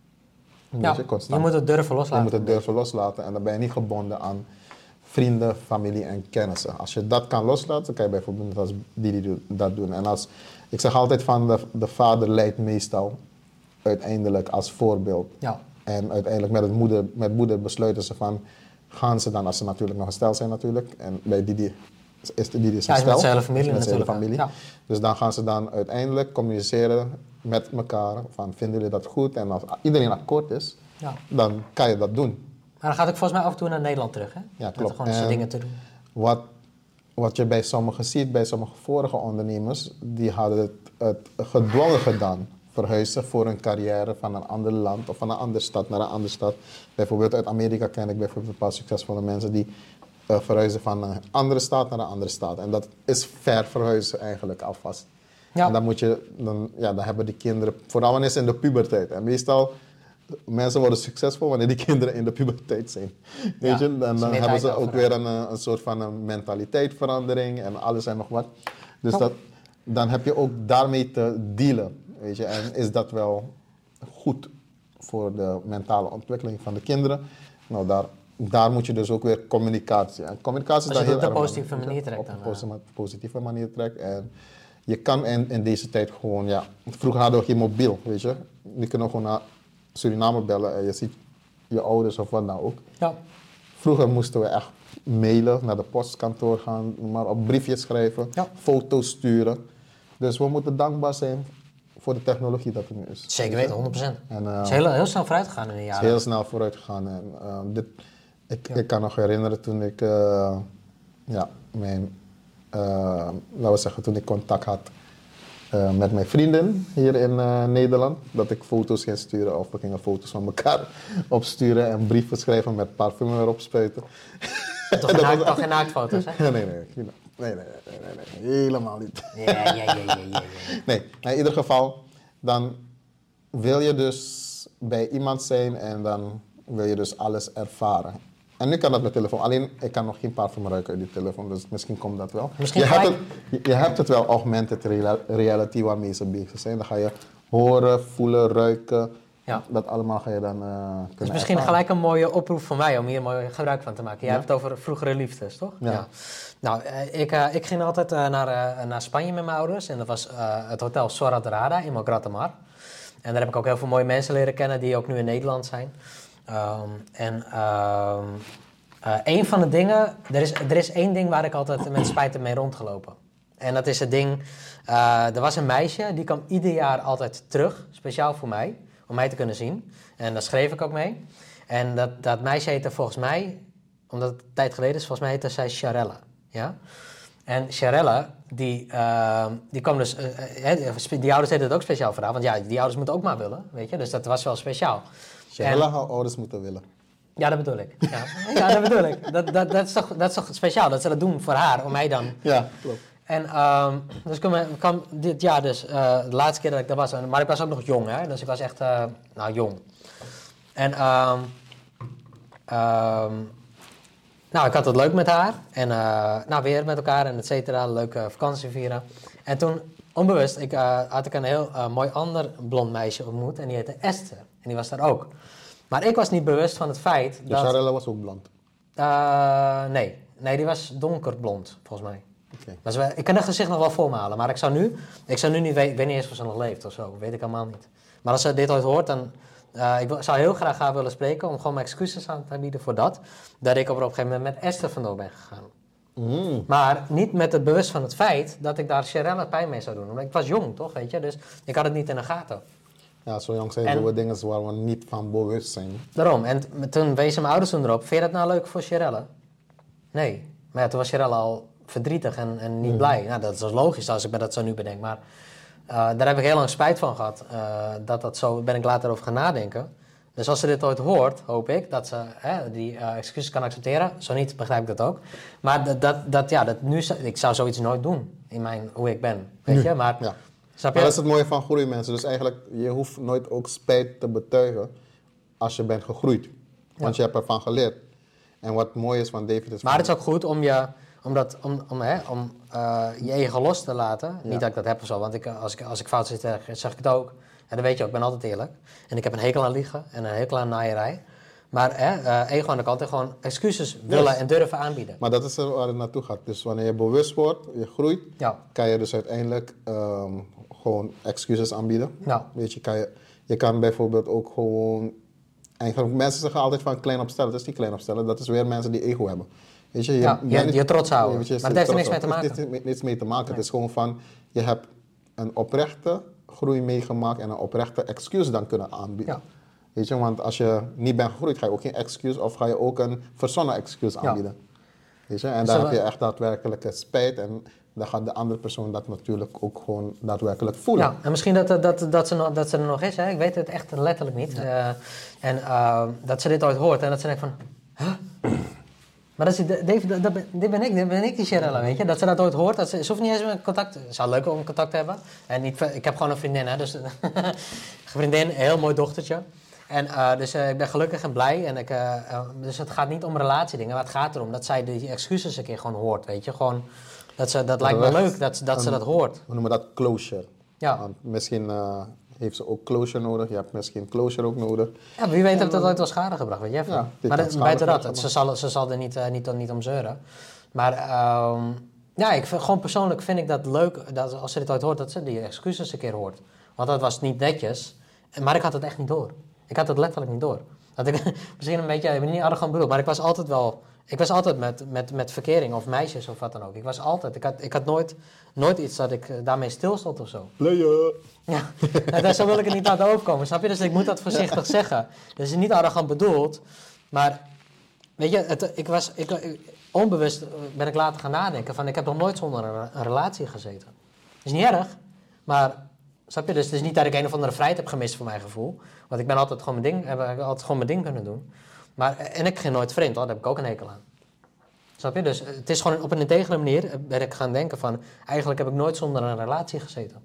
Ja, je, je moet het durven loslaten. Je moet het durven loslaten en dan ben je niet gebonden aan vrienden, familie en kennissen. Als je dat kan loslaten, dan kan je bijvoorbeeld als Didi dat doen. En als, ik zeg altijd van, de, de vader leidt meestal uiteindelijk als voorbeeld. Ja. En uiteindelijk met, het moeder, met moeder besluiten ze van, gaan ze dan, als ze natuurlijk nog een stel zijn natuurlijk, en bij Didi is de Didi zijn ja, stel. met zijn hele familie met zijn hele natuurlijk. familie. Ja. Dus dan gaan ze dan uiteindelijk communiceren met elkaar van, vinden jullie dat goed? En als iedereen akkoord is, ja. dan kan je dat doen. Maar dan gaat ook volgens mij af en toe naar Nederland terug, hè? Ja, klopt. Met gewoon zijn dingen te doen. Wat, wat je bij sommigen ziet, bij sommige vorige ondernemers, die hadden het, het gedwongen gedaan. Verhuizen voor een carrière van een ander land of van een andere stad naar een andere stad. Bijvoorbeeld uit Amerika ken ik bijvoorbeeld een paar succesvolle mensen die uh, verhuizen van een andere stad naar een andere stad. En dat is ver verhuizen eigenlijk alvast. Ja. En dan moet je, dan, ja, dan hebben die kinderen, vooral wanneer ze in de puberteit. En meestal, mensen worden succesvol wanneer die kinderen in de puberteit zijn. Weet ja, je? En dan hebben ze ook weer een, een soort van een mentaliteitsverandering en alles en nog wat. Dus oh. dat, dan heb je ook daarmee te dealen. Weet je? En is dat wel goed voor de mentale ontwikkeling van de kinderen? Nou, daar, daar moet je dus ook weer communicatie. En communicatie is Als je daar het heel op een erg positieve manier trekt. Op dan, een positieve, positieve manier trekt. En je kan in, in deze tijd gewoon, ja... Vroeger hadden we geen mobiel, weet je. Nu kunnen we gewoon naar Suriname bellen en je ziet je ouders of wat dan ook. Ja. Vroeger moesten we echt mailen, naar de postkantoor gaan, maar op briefjes schrijven, ja. foto's sturen. Dus we moeten dankbaar zijn voor de technologie dat er nu is. Zeker weten, honderd procent. En, uh, het is heel, heel snel vooruit gegaan in de jaren. Het is heel snel vooruit gegaan. En, uh, dit, ik, ja. ik kan nog herinneren toen ik, uh, ja, mijn, uh, laten we zeggen, toen ik contact had uh, met mijn vrienden hier in uh, Nederland, dat ik foto's ging sturen of we gingen foto's van elkaar opsturen en brieven schrijven met parfum erop spuiten. Toch geen, naakt, toch geen naaktfoto's, hè? Nee, nee, nee. Nee, nee, nee, nee, nee, helemaal niet. Ja, ja, ja, ja, ja, ja. Nee, in ieder geval, dan wil je dus bij iemand zijn en dan wil je dus alles ervaren. En nu kan dat met telefoon. Alleen, ik kan nog geen parfum ruiken uit die telefoon, dus misschien komt dat wel. Misschien je, hebt het, je, je hebt het wel, augmented reality waarmee ze bezig zijn. Dan ga je horen, voelen, ruiken. Ja. Dat allemaal ga je dan uh, kunnen Dus misschien ervaren. Gelijk een mooie oproep voor mij om hier mooi gebruik van te maken. Jij ja. hebt het over vroegere liefdes, toch? Ja. ja. Nou, ik, uh, ik ging altijd uh, naar, uh, naar Spanje met mijn ouders. En dat was uh, het hotel Sorra Dorada in Malgrat de Mar. En daar heb ik ook heel veel mooie mensen leren kennen die ook nu in Nederland zijn. Um, en um, uh, een van de dingen... Er is, er is één ding waar ik altijd met spijt mee rondgelopen. En dat is het ding... Uh, er was een meisje, die kwam ieder jaar altijd terug. Speciaal voor mij. Om mij te kunnen zien. En daar schreef ik ook mee. En dat, dat meisje heette volgens mij... Omdat het een tijd geleden is, volgens mij heette zij Charella. Ja? En Charella, die, uh, die kwam dus... Uh, uh, die ouders deden het ook speciaal voor haar. Want ja, die ouders moeten ook maar willen. Weet je? Dus dat was wel speciaal. Charella haar ouders moeten willen. Ja, dat bedoel ik. Ja, ja dat bedoel ik. Dat, dat, dat, is toch, dat is toch speciaal? Dat ze dat doen voor haar, om mij dan... Ja, klopt. En um, dus kwam, kwam dit jaar dus, uh, de laatste keer dat ik daar was, maar ik was ook nog jong, hè, dus ik was echt, uh, nou, jong. En, um, um, nou, ik had het leuk met haar en, uh, nou, weer met elkaar en et cetera, leuke vakantie vieren. En toen, onbewust, ik, uh, had ik een heel uh, mooi ander blond meisje ontmoet en die heette Esther. En die was daar ook. Maar ik was niet bewust van het feit de dat... De Charella was ook blond? Uh, nee, nee, die was donkerblond, volgens mij. Okay. Maar ze, ik kan het gezicht nog wel voor me halen, maar ik zou nu, ik zou nu niet weten, ik weet niet eens of ze nog leeft of zo, weet ik allemaal niet. Maar als ze dit ooit hoort, dan, uh, ik zou heel graag haar willen spreken om gewoon mijn excuses aan te bieden voor dat, dat ik op een gegeven moment met Esther vandoor ben gegaan. Mm. Maar niet met het bewust van het feit dat ik daar Charella pijn mee zou doen. Omdat ik was jong, toch, weet je, dus ik had het niet in de gaten. Ja, zo jong zijn doen we dingen waar we niet van bewust zijn. Daarom, en t- toen wezen mijn ouders toen erop, vind je dat nou leuk voor Charella? Nee, maar ja, toen was Charella al... verdrietig en, en niet mm. blij. Nou, dat is logisch als ik me dat zo nu bedenk. Maar uh, daar heb ik heel lang spijt van gehad. Uh, dat dat zo, ben ik later over gaan nadenken. Dus als ze dit ooit hoort, hoop ik dat ze hè, die uh, excuses kan accepteren. Zo niet, begrijp ik dat ook. Maar dat, dat, dat, ja, dat nu, ik zou zoiets nooit doen in mijn, hoe ik ben. Weet je? Maar, ja. snap je? Maar dat is het mooie van groeien, Dus eigenlijk, je hoeft nooit ook spijt te betuigen als je bent gegroeid. Want ja. je hebt ervan geleerd. En wat mooi is van David is... Maar het is ook goed om je... Om, dat, om, om, hè, om uh, je ego los te laten. Ja. Niet dat ik dat heb of zo, want ik, als, ik, als ik fout zit, zeg ik het ook. En dan weet je ook, ik ben altijd eerlijk. En ik heb een hekel aan liegen en een hekel aan naaierij. Maar hè, uh, ego aan de kant en gewoon excuses willen yes. en durven aanbieden. Maar dat is er waar het naartoe gaat. Dus wanneer je bewust wordt, je groeit, ja. kan je dus uiteindelijk um, gewoon excuses aanbieden. Ja. Weet je, kan je, je kan bijvoorbeeld ook gewoon... Eigenlijk, mensen zeggen altijd van klein opstellen. Dat is niet klein opstellen, dat is weer mensen die ego hebben. Weet je, je, ja, je, je trots houden. Je, je, maar dat heeft er niks mee te maken. Het heeft niks mee te maken. Nee. Het is gewoon van, je hebt een oprechte groei meegemaakt en een oprechte excuus dan kunnen aanbieden. Ja. Weet je, want als je niet bent gegroeid, ga je ook geen excuus of ga je ook een verzonnen excuus aanbieden. Ja. Weet je, en dan heb je echt daadwerkelijk spijt en dan gaat de andere persoon dat natuurlijk ook gewoon daadwerkelijk voelen. Ja, en misschien dat, dat, dat, ze, nog, dat ze er nog is, hè? Ik weet het echt letterlijk niet. Ja. Uh, en uh, dat ze dit ooit hoort en dat ze denkt van... Huh? Maar dat is, Dave, dat, dat, dit ben ik, dit ben ik die Sharella, weet je. Dat ze dat ooit hoort, dat ze, ze hoeft niet eens met contact... Het zou leuk om contact te hebben. En niet, ik heb gewoon een vriendin, hè, dus... vriendin, een heel mooi dochtertje. En uh, dus uh, ik ben gelukkig en blij. En ik, uh, uh, dus het gaat niet om relatiedingen, maar het gaat erom dat zij die excuses een keer gewoon hoort, weet je. Gewoon, dat ze, dat lijkt me leuk, dat, dat ze dat hoort. We noemen dat closure. Ja. Want misschien... Uh, heeft ze ook closure nodig. Je hebt misschien closure ook nodig. Ja, wie weet heeft dat ooit wel schade gebracht, weet je. Ja, maar dat, buiten dat, het, ze, zal, ze zal er niet, uh, niet, niet om zeuren. Maar um, ja, ik vind, gewoon persoonlijk vind ik dat leuk, dat als ze dit ooit hoort, dat ze die excuses een keer hoort. Want dat was niet netjes, maar ik had het echt niet door. Ik had het letterlijk niet door. Dat ik, misschien een beetje, ik ben niet arrogant bedoeld, maar ik was altijd wel... Ik was altijd met, met, met verkering of meisjes of wat dan ook. Ik was altijd, ik had, ik had nooit, nooit iets dat ik daarmee stilstond of zo. Player. Ja, nou, zo wil ik het niet laten overkomen, snap je? Dus ik moet dat voorzichtig zeggen. Dus het is niet arrogant bedoeld, maar weet je, het, ik was, ik, ik, onbewust ben ik later gaan nadenken van ik heb nog nooit zonder een, een relatie gezeten. Dat is niet erg, maar snap je? Dus het is niet dat ik een of andere vrijheid heb gemist voor mijn gevoel. Want ik ben altijd gewoon mijn ding, heb altijd gewoon mijn ding kunnen doen. Maar, en ik ging nooit vreemd, hoor. Daar heb ik ook een hekel aan. Snap je? Dus het is gewoon op een integere manier ben ik gaan denken van... Eigenlijk heb ik nooit zonder een relatie gezeten.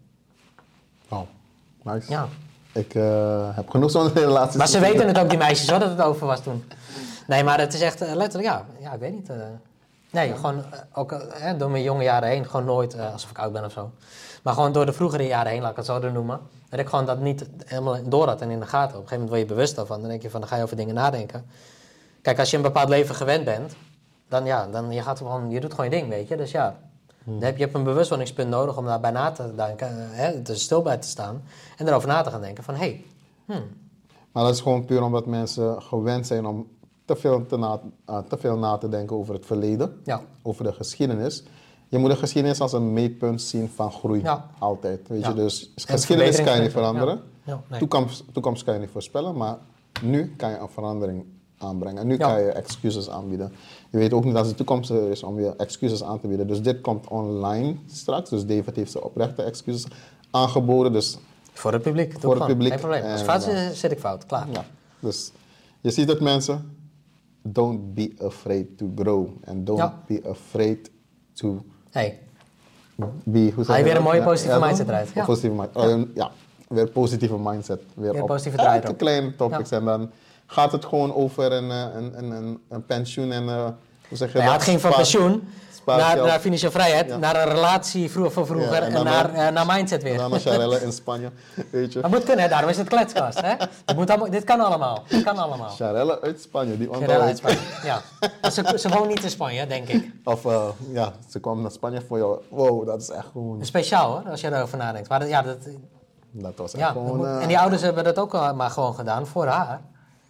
Oh, nice. Ja. Ik uh, heb genoeg zonder relaties. Maar ze weten het ook, die meisjes, hoor, dat het over was toen. Nee, maar het is echt uh, letterlijk, ja, ja, ik weet niet. Uh, nee, ja. gewoon uh, ook uh, door mijn jonge jaren heen, gewoon nooit, uh, alsof ik oud ben of zo. Maar gewoon door de vroegere jaren heen, laat ik het zo noemen. Dat ik gewoon dat niet helemaal door had en in de gaten. Op een gegeven moment word je bewust daarvan. Dan denk je van, dan ga je over dingen nadenken. Kijk, als je een bepaald leven gewend bent, dan ja, dan je gaat gewoon, je doet gewoon je ding, weet je. Dus ja, hmm. dan heb je hebt een bewustwordingspunt nodig om daarbij na te denken, hè, er stil bij te staan en erover na te gaan denken van, hé. Hey, hmm. Maar dat is gewoon puur omdat mensen gewend zijn om te veel, te na, uh, te veel na te denken over het verleden, ja. over de geschiedenis. Je moet de geschiedenis als een meetpunt zien van groei. Ja. Altijd. Weet ja. je, dus geschiedenis kan je niet veranderen. Ja. Ja, nee. toekomst, toekomst kan je niet voorspellen, maar nu kan je een verandering aanbrengen. En nu ja. kan je excuses aanbieden. Je weet ook niet als de toekomst er is om je excuses aan te bieden. Dus dit komt online straks. Dus David heeft zijn oprechte excuses aangeboden. Dus voor het publiek. Voor het publiek. Geen probleem. Als fout is, zit ik fout. Klaar. Ja. Dus je ziet het, mensen. Don't be afraid to grow. And don't ja. be afraid to... Hey. Be, hoe Hij weer een mooie positieve ja, mindset eruit. Ja. Positieve mind, ja. Uh, ja, weer positieve mindset. Weer, weer op positieve draai elke kleine topics. Ja. En dan gaat het gewoon over een, een, een, een, een pensioen en... Uh, hoe zeg je ja, dat? Het ging van pensioen naar, naar financiële vrijheid, ja. naar een relatie vroeger, van vroeger ja, en, en naar, uh, naar mindset weer. En dan naar Sharella in Spanje, weet je. Dat moet kunnen, hè? Daarom is het kletskast. Hè? Dat moet allemaal, dit kan allemaal. Dit kan allemaal. Sharella uit Spanje, die Sharella uit Spanje, ja. Ze, ze woont niet in Spanje, denk ik. Of uh, ja, ze kwam naar Spanje voor jou. Wow, dat is echt gewoon... Speciaal hoor, als je erover nadenkt. Maar dat, ja, dat, dat was echt ja, gewoon... Moet, uh, en die ouders hebben dat ook maar gewoon gedaan voor haar.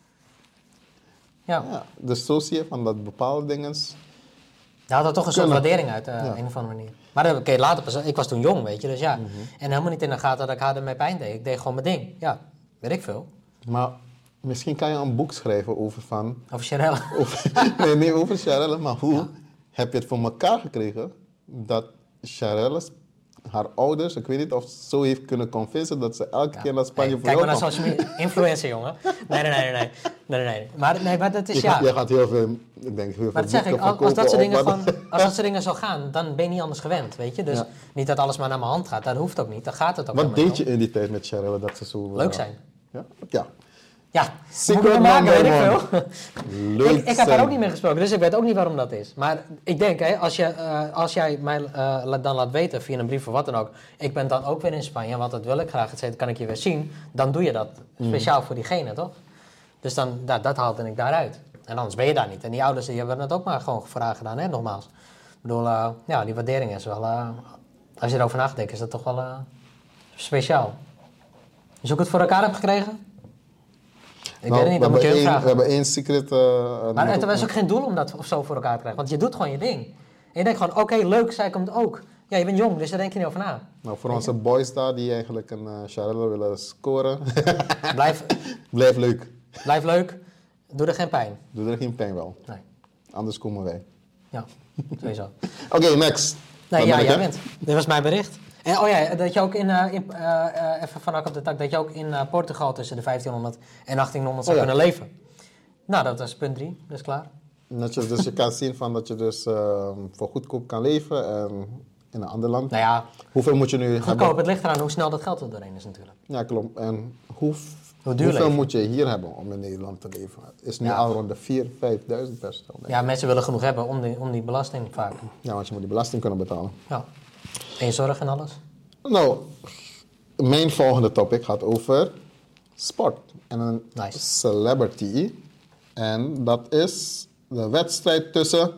Ja. ja dus zo zie je van dat bepaalde dingen... Daar had er toch een soort waardering uit, uh, ja. een of andere manier. Maar dat heb ik later pas, ik was toen jong, weet je, dus ja. Mm-hmm. En helemaal niet in de gaten dat ik haar ermee pijn deed. Ik deed gewoon mijn ding. Ja, weet ik veel. Maar misschien kan je een boek schrijven over van... Over Sharella. Over, nee, niet over Sharella, maar hoe ja. heb je het voor elkaar gekregen dat Sharella's, haar ouders, ik weet niet of ze zo heeft kunnen convincen dat ze elke ja. keer naar Spanje hey, voor jou Kijk maar naar social media, influencer, jongen. Nee, nee, nee, nee, nee, nee, nee. Maar, nee, maar dat is je ja. Gaat, je gaat heel veel, ik denk heel maar veel zeg ik, als, als dat soort dingen gewoon, als dat soort dingen zo gaan, dan ben je niet anders gewend, weet je. Dus ja. niet dat alles maar naar mijn hand gaat, dat hoeft ook niet, dan gaat het ook Wat deed je in die tijd met Sharella dat ze zo... Leuk zijn. Ja? Ja. Ja, Secret moet ik maken, weet ik number veel. Leuk ik, ik heb haar zijn. ook niet mee gesproken, dus ik weet ook niet waarom dat is. Maar ik denk, hè, als, je, uh, als jij mij uh, dan laat weten via een brief of wat dan ook, ik ben dan ook weer in Spanje, want dat wil ik graag, het kan ik je weer zien, dan doe je dat speciaal mm. voor diegene, toch? Dus dan, dat, dat haalt ik daaruit. En anders ben je daar niet. En die ouders die hebben het ook maar gewoon voor haar gedaan, hè, nogmaals. Ik bedoel, uh, ja, die waardering is wel, uh, als je erover nadenkt, is dat toch wel uh, speciaal. Dus hoe ik het voor elkaar heb gekregen? Ik nou, weet het niet, dan moet je hem vragen. We hebben één secret... Uh, maar het was ook geen doel om dat of zo voor elkaar te krijgen. Want je doet gewoon je ding. En je denkt gewoon, oké, okay, leuk, zij komt ook. Ja, je bent jong, dus daar denk je niet over na. Nou, voor onze boys daar die eigenlijk een uh, Charelle willen scoren. Blijf, Blijf leuk. Blijf leuk. Doe er geen pijn. Doe er geen pijn wel. Nee. Anders komen wij. Ja, sowieso. Oké, okay, next. Nee, ja, jij bent. Dit was mijn bericht. En oh ja, dat je ook in, uh, in uh, uh, even van op de tak, dat je ook in uh, Portugal tussen de vijftienhonderd en achttienhonderd zou oh, ja. kunnen leven. Nou, dat is punt drie, dat is klaar. Dat je, dus je kan zien van dat je dus uh, voor goedkoop kan leven en in een ander land. Nou ja, hoeveel moet je nu goedkoop, hebben? Het ligt eraan hoe snel dat geld er doorheen is natuurlijk. Ja, klopt. En hoe, hoe duur hoeveel leven? moet je hier hebben om in Nederland te leven? Is nu ja. al rond de vierduizend, vijfduizend per stel. Ja, mensen willen genoeg hebben om die, om die belasting vaak. Ja, want je moet die belasting kunnen betalen. Ja. En je zorg en alles? Nou, mijn volgende topic gaat over sport en een nice. celebrity. En dat is de wedstrijd tussen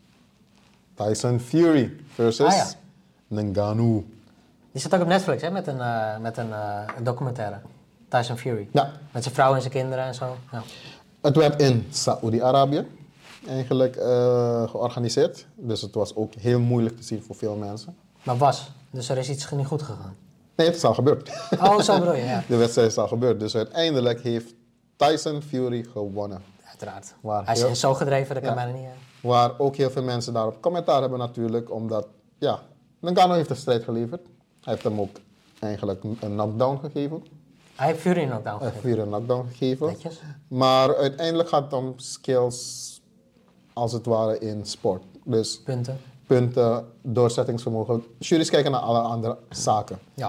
Tyson Fury versus ah, ja. Ngannou. Die zit ook op Netflix, hè, met een, uh, met een uh, documentaire. Tyson Fury. Ja. Met zijn vrouw en zijn kinderen en zo. Ja. Het werd in Saoedi-Arabië eigenlijk uh, georganiseerd. Dus het was ook heel moeilijk te zien voor veel mensen. Maar was? Dus er is iets niet goed gegaan? Nee, het is al gebeurd. Oh, zo bedoel je, ja. De wedstrijd is al gebeurd. Dus uiteindelijk heeft Tyson Fury gewonnen. Uiteraard. Waar Hij is heel, zo gedreven, dat kan ja, bijna niet... Uh... Waar ook heel veel mensen daarop commentaar hebben natuurlijk. Omdat, ja, Ngannou heeft de strijd geleverd. Hij heeft hem ook eigenlijk een knockdown gegeven. Hij heeft Fury een knockdown gegeven? Hij heeft Fury een knockdown gegeven. Netjes. Maar uiteindelijk gaat het om skills, als het ware, in sport. Dus punten. Punten, doorzettingsvermogen. Juries kijken naar alle andere zaken. Ja.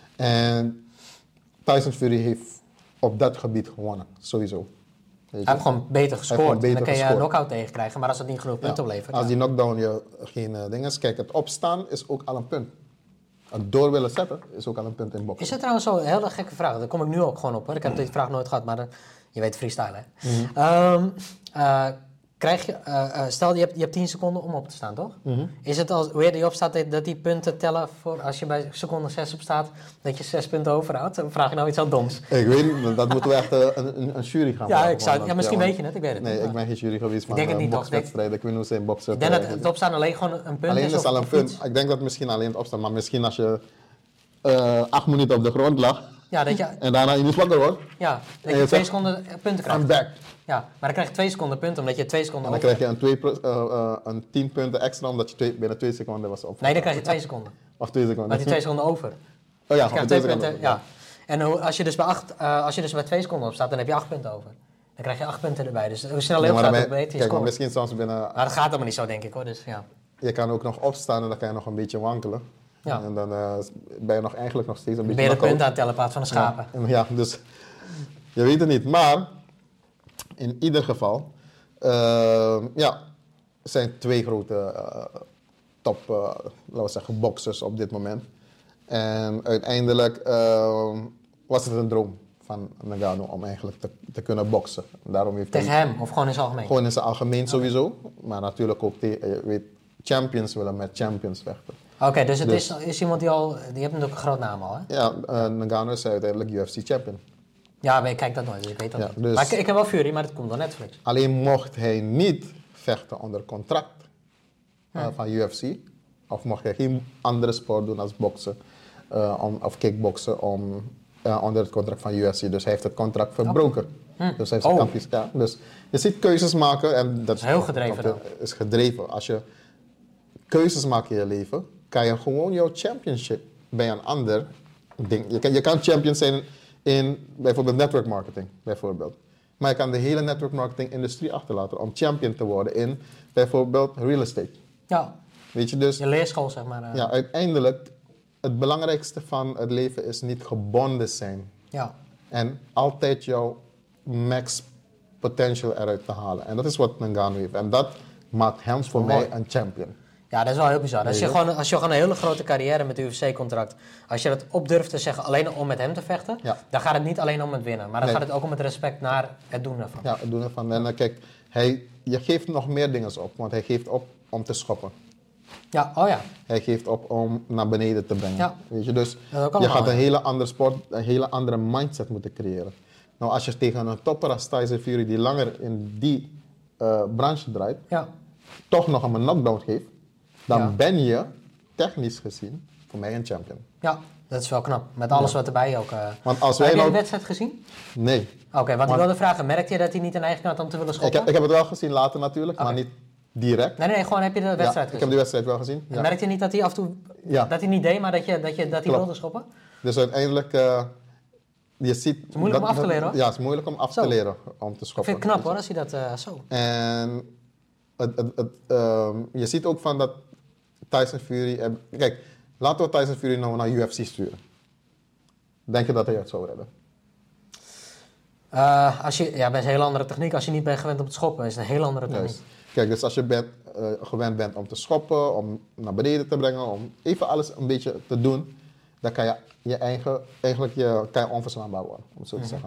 En Tyson Fury heeft op dat gebied gewonnen, sowieso. Hij heeft gewoon beter gescoord. Gewoon beter dan kan gescoord. je een knock-out tegenkrijgen, maar als het niet genoeg punten ja. oplevert... Als ja. die knockdown je geen uh, ding is... Kijk, het opstaan is ook al een punt. Het door willen zetten is ook al een punt in boksen. Is het trouwens zo'n hele gekke vraag? Daar kom ik nu ook gewoon op, hoor. Ik heb deze vraag nooit gehad, maar uh, je weet freestyle, hè? Mm-hmm. Um, uh, krijg je... Uh, uh, stel, je hebt, je hebt tien seconden om op te staan, toch? Mm-hmm. Is het als, hoe je opstaat, dat die punten tellen voor... Als je bij seconde zes op staat, dat je zes punten overhoudt? Dan vraag je nou iets heel doms. Ik weet niet, dat moeten we echt uh, een, een jury gaan ja, vragen. Ik zou, ja, misschien ja, weet je het, ik weet het nee, niet. Nee, ik ben geen jury geweest van een bokswedstrijden. Ik weet niet hoe ze in boksen... Ik denk dat het opstaan alleen gewoon een punt alleen is. Alleen is al een punt. Iets? Ik denk dat misschien alleen het opstaan, maar misschien als je... Uh, acht minuten op de grond lag. Ja, dat je, en daarna je niet wakker wordt. Ja, dat je, je twee seconden punten krijgt. I'm back. Ja, maar dan krijg je twee seconden punten omdat je twee seconden en dan over... krijg je een, twee, uh, uh, een tien punten extra omdat je twee, binnen twee seconden was op. Nee, dan krijg je twee seconden. Of twee seconden. Dan heb je twee seconden over. Oh ja, dus je twee punten. Ja. ja. En als je, dus bij acht, uh, als je dus bij twee seconden op staat, dan heb je acht punten over. Dan krijg je acht punten erbij. Dus hoe snel je ja, opstaat, hoe beter je Kijk, scoort. misschien soms binnen... Maar dat gaat allemaal niet zo, denk ik, hoor. Dus, ja. Je kan ook nog opstaan en dan kan je nog een beetje wankelen. Ja. En dan uh, ben je nog eigenlijk nog steeds een beetje... Ben je de punten aan het tellen in plaats van de schapen. Ja, ja, dus je weet het niet. Maar in ieder geval, uh, ja, er zijn twee grote uh, top, uh, laten we zeggen, boxers op dit moment. En uiteindelijk uh, was het een droom van Ngannou om eigenlijk te, te kunnen boksen. Daarom heeft Tegen hij, hem of gewoon in zijn algemeen? Gewoon in zijn algemeen sowieso. Maar natuurlijk ook, te, je weet, champions willen met champions vechten. Oké, okay, dus het dus, is, is iemand die al... Die heeft natuurlijk een groot naam al, hè? Ja, uh, Ngannou is uiteindelijk U F C champion. Ja, maar ik kijk dat nooit, dus ik weet dat ja, niet. Dus maar ik, ik heb wel Fury, maar dat komt door Netflix. Alleen mocht hij niet vechten onder contract uh, hmm. van U F C... of mocht hij geen andere sport doen als boksen uh, om, of kickboksen om, uh, onder het contract van U F C. Dus hij heeft het contract verbroken. Okay. Hmm. Dus hij heeft oh. kampioens, ja, dus je ziet keuzes maken en dat, dat is heel gedreven dan. is gedreven. Als je keuzes maakt in je leven, kan je gewoon jouw championship bij een ander ding. Je kan, je kan champion zijn in bijvoorbeeld network marketing, bijvoorbeeld. Maar je kan de hele network marketing industrie achterlaten om champion te worden in bijvoorbeeld real estate. Ja. Weet je dus? Je leerschool, zeg maar. Uh. Ja, uiteindelijk, het belangrijkste van het leven is niet gebonden zijn. Ja. En altijd jouw max potential eruit te halen. En dat is wat Ngannou heeft. En dat maakt hem voor Mooi. mij een champion. Ja, dat is wel heel bizar. Als je, Nee, gewoon, als je gewoon een hele grote carrière met een U F C-contract... als je dat op durft te zeggen alleen om met hem te vechten... Ja. dan gaat het niet alleen om het winnen. Maar dan Nee. gaat het ook om het respect naar het doen ervan. Ja, het doen ervan. En uh, kijk, hij, je geeft nog meer dingen op. Want hij geeft op om te schoppen. Ja, oh ja. Hij geeft op om naar beneden te brengen. Ja. Weet je, dus Dat is ook je allemaal, gaat een ja. hele andere sport, een hele andere mindset moeten creëren. Nou, als je tegen een topper als Tyson Fury die langer in die uh, branche draait, Ja. toch nog hem een knockdown geeft, dan Ja. ben je technisch gezien voor mij een champion. Ja, dat is wel knap. Met alles Ja. wat erbij ook... Uh... Want als Heb wij je nou... de wedstrijd gezien? Nee. Oké, okay, want Want- ik wilde vragen. Merkte je dat hij niet een eigen had om te willen Ik schoppen? heb, ik heb het wel gezien later natuurlijk, Oké. maar niet direct. Nee, nee, gewoon heb je de Ja, wedstrijd ik heb gezien? die wedstrijd wel gezien. En Ja. merkte je niet dat hij af en toe... Ja. dat hij niet deed, maar dat, je, dat, je, dat hij Klopt. wilde schoppen? Dus uiteindelijk, uh, je ziet... Het is moeilijk om af te leren, hoor. Ja, het is moeilijk om af Zo. te leren om te Ik schoppen. vind het knap hoor, als hij dat uh, zo... En het, het, het, ehm, je ziet ook van dat Tyson Fury... eh, kijk, laten we Tyson Fury nou naar U F C sturen. Denk je dat hij het zou redden? Uh, als je, ja, bij een hele andere techniek. Als je niet bent gewend om te schoppen, is het een hele andere techniek. Juist. Kijk, dus als je bent, uh, gewend bent om te schoppen, om naar beneden te brengen, om even alles een beetje te doen, dan kan je, je eigen, eigenlijk je, kan je onverslaanbaar worden, om het zo te Mm-hmm. zeggen.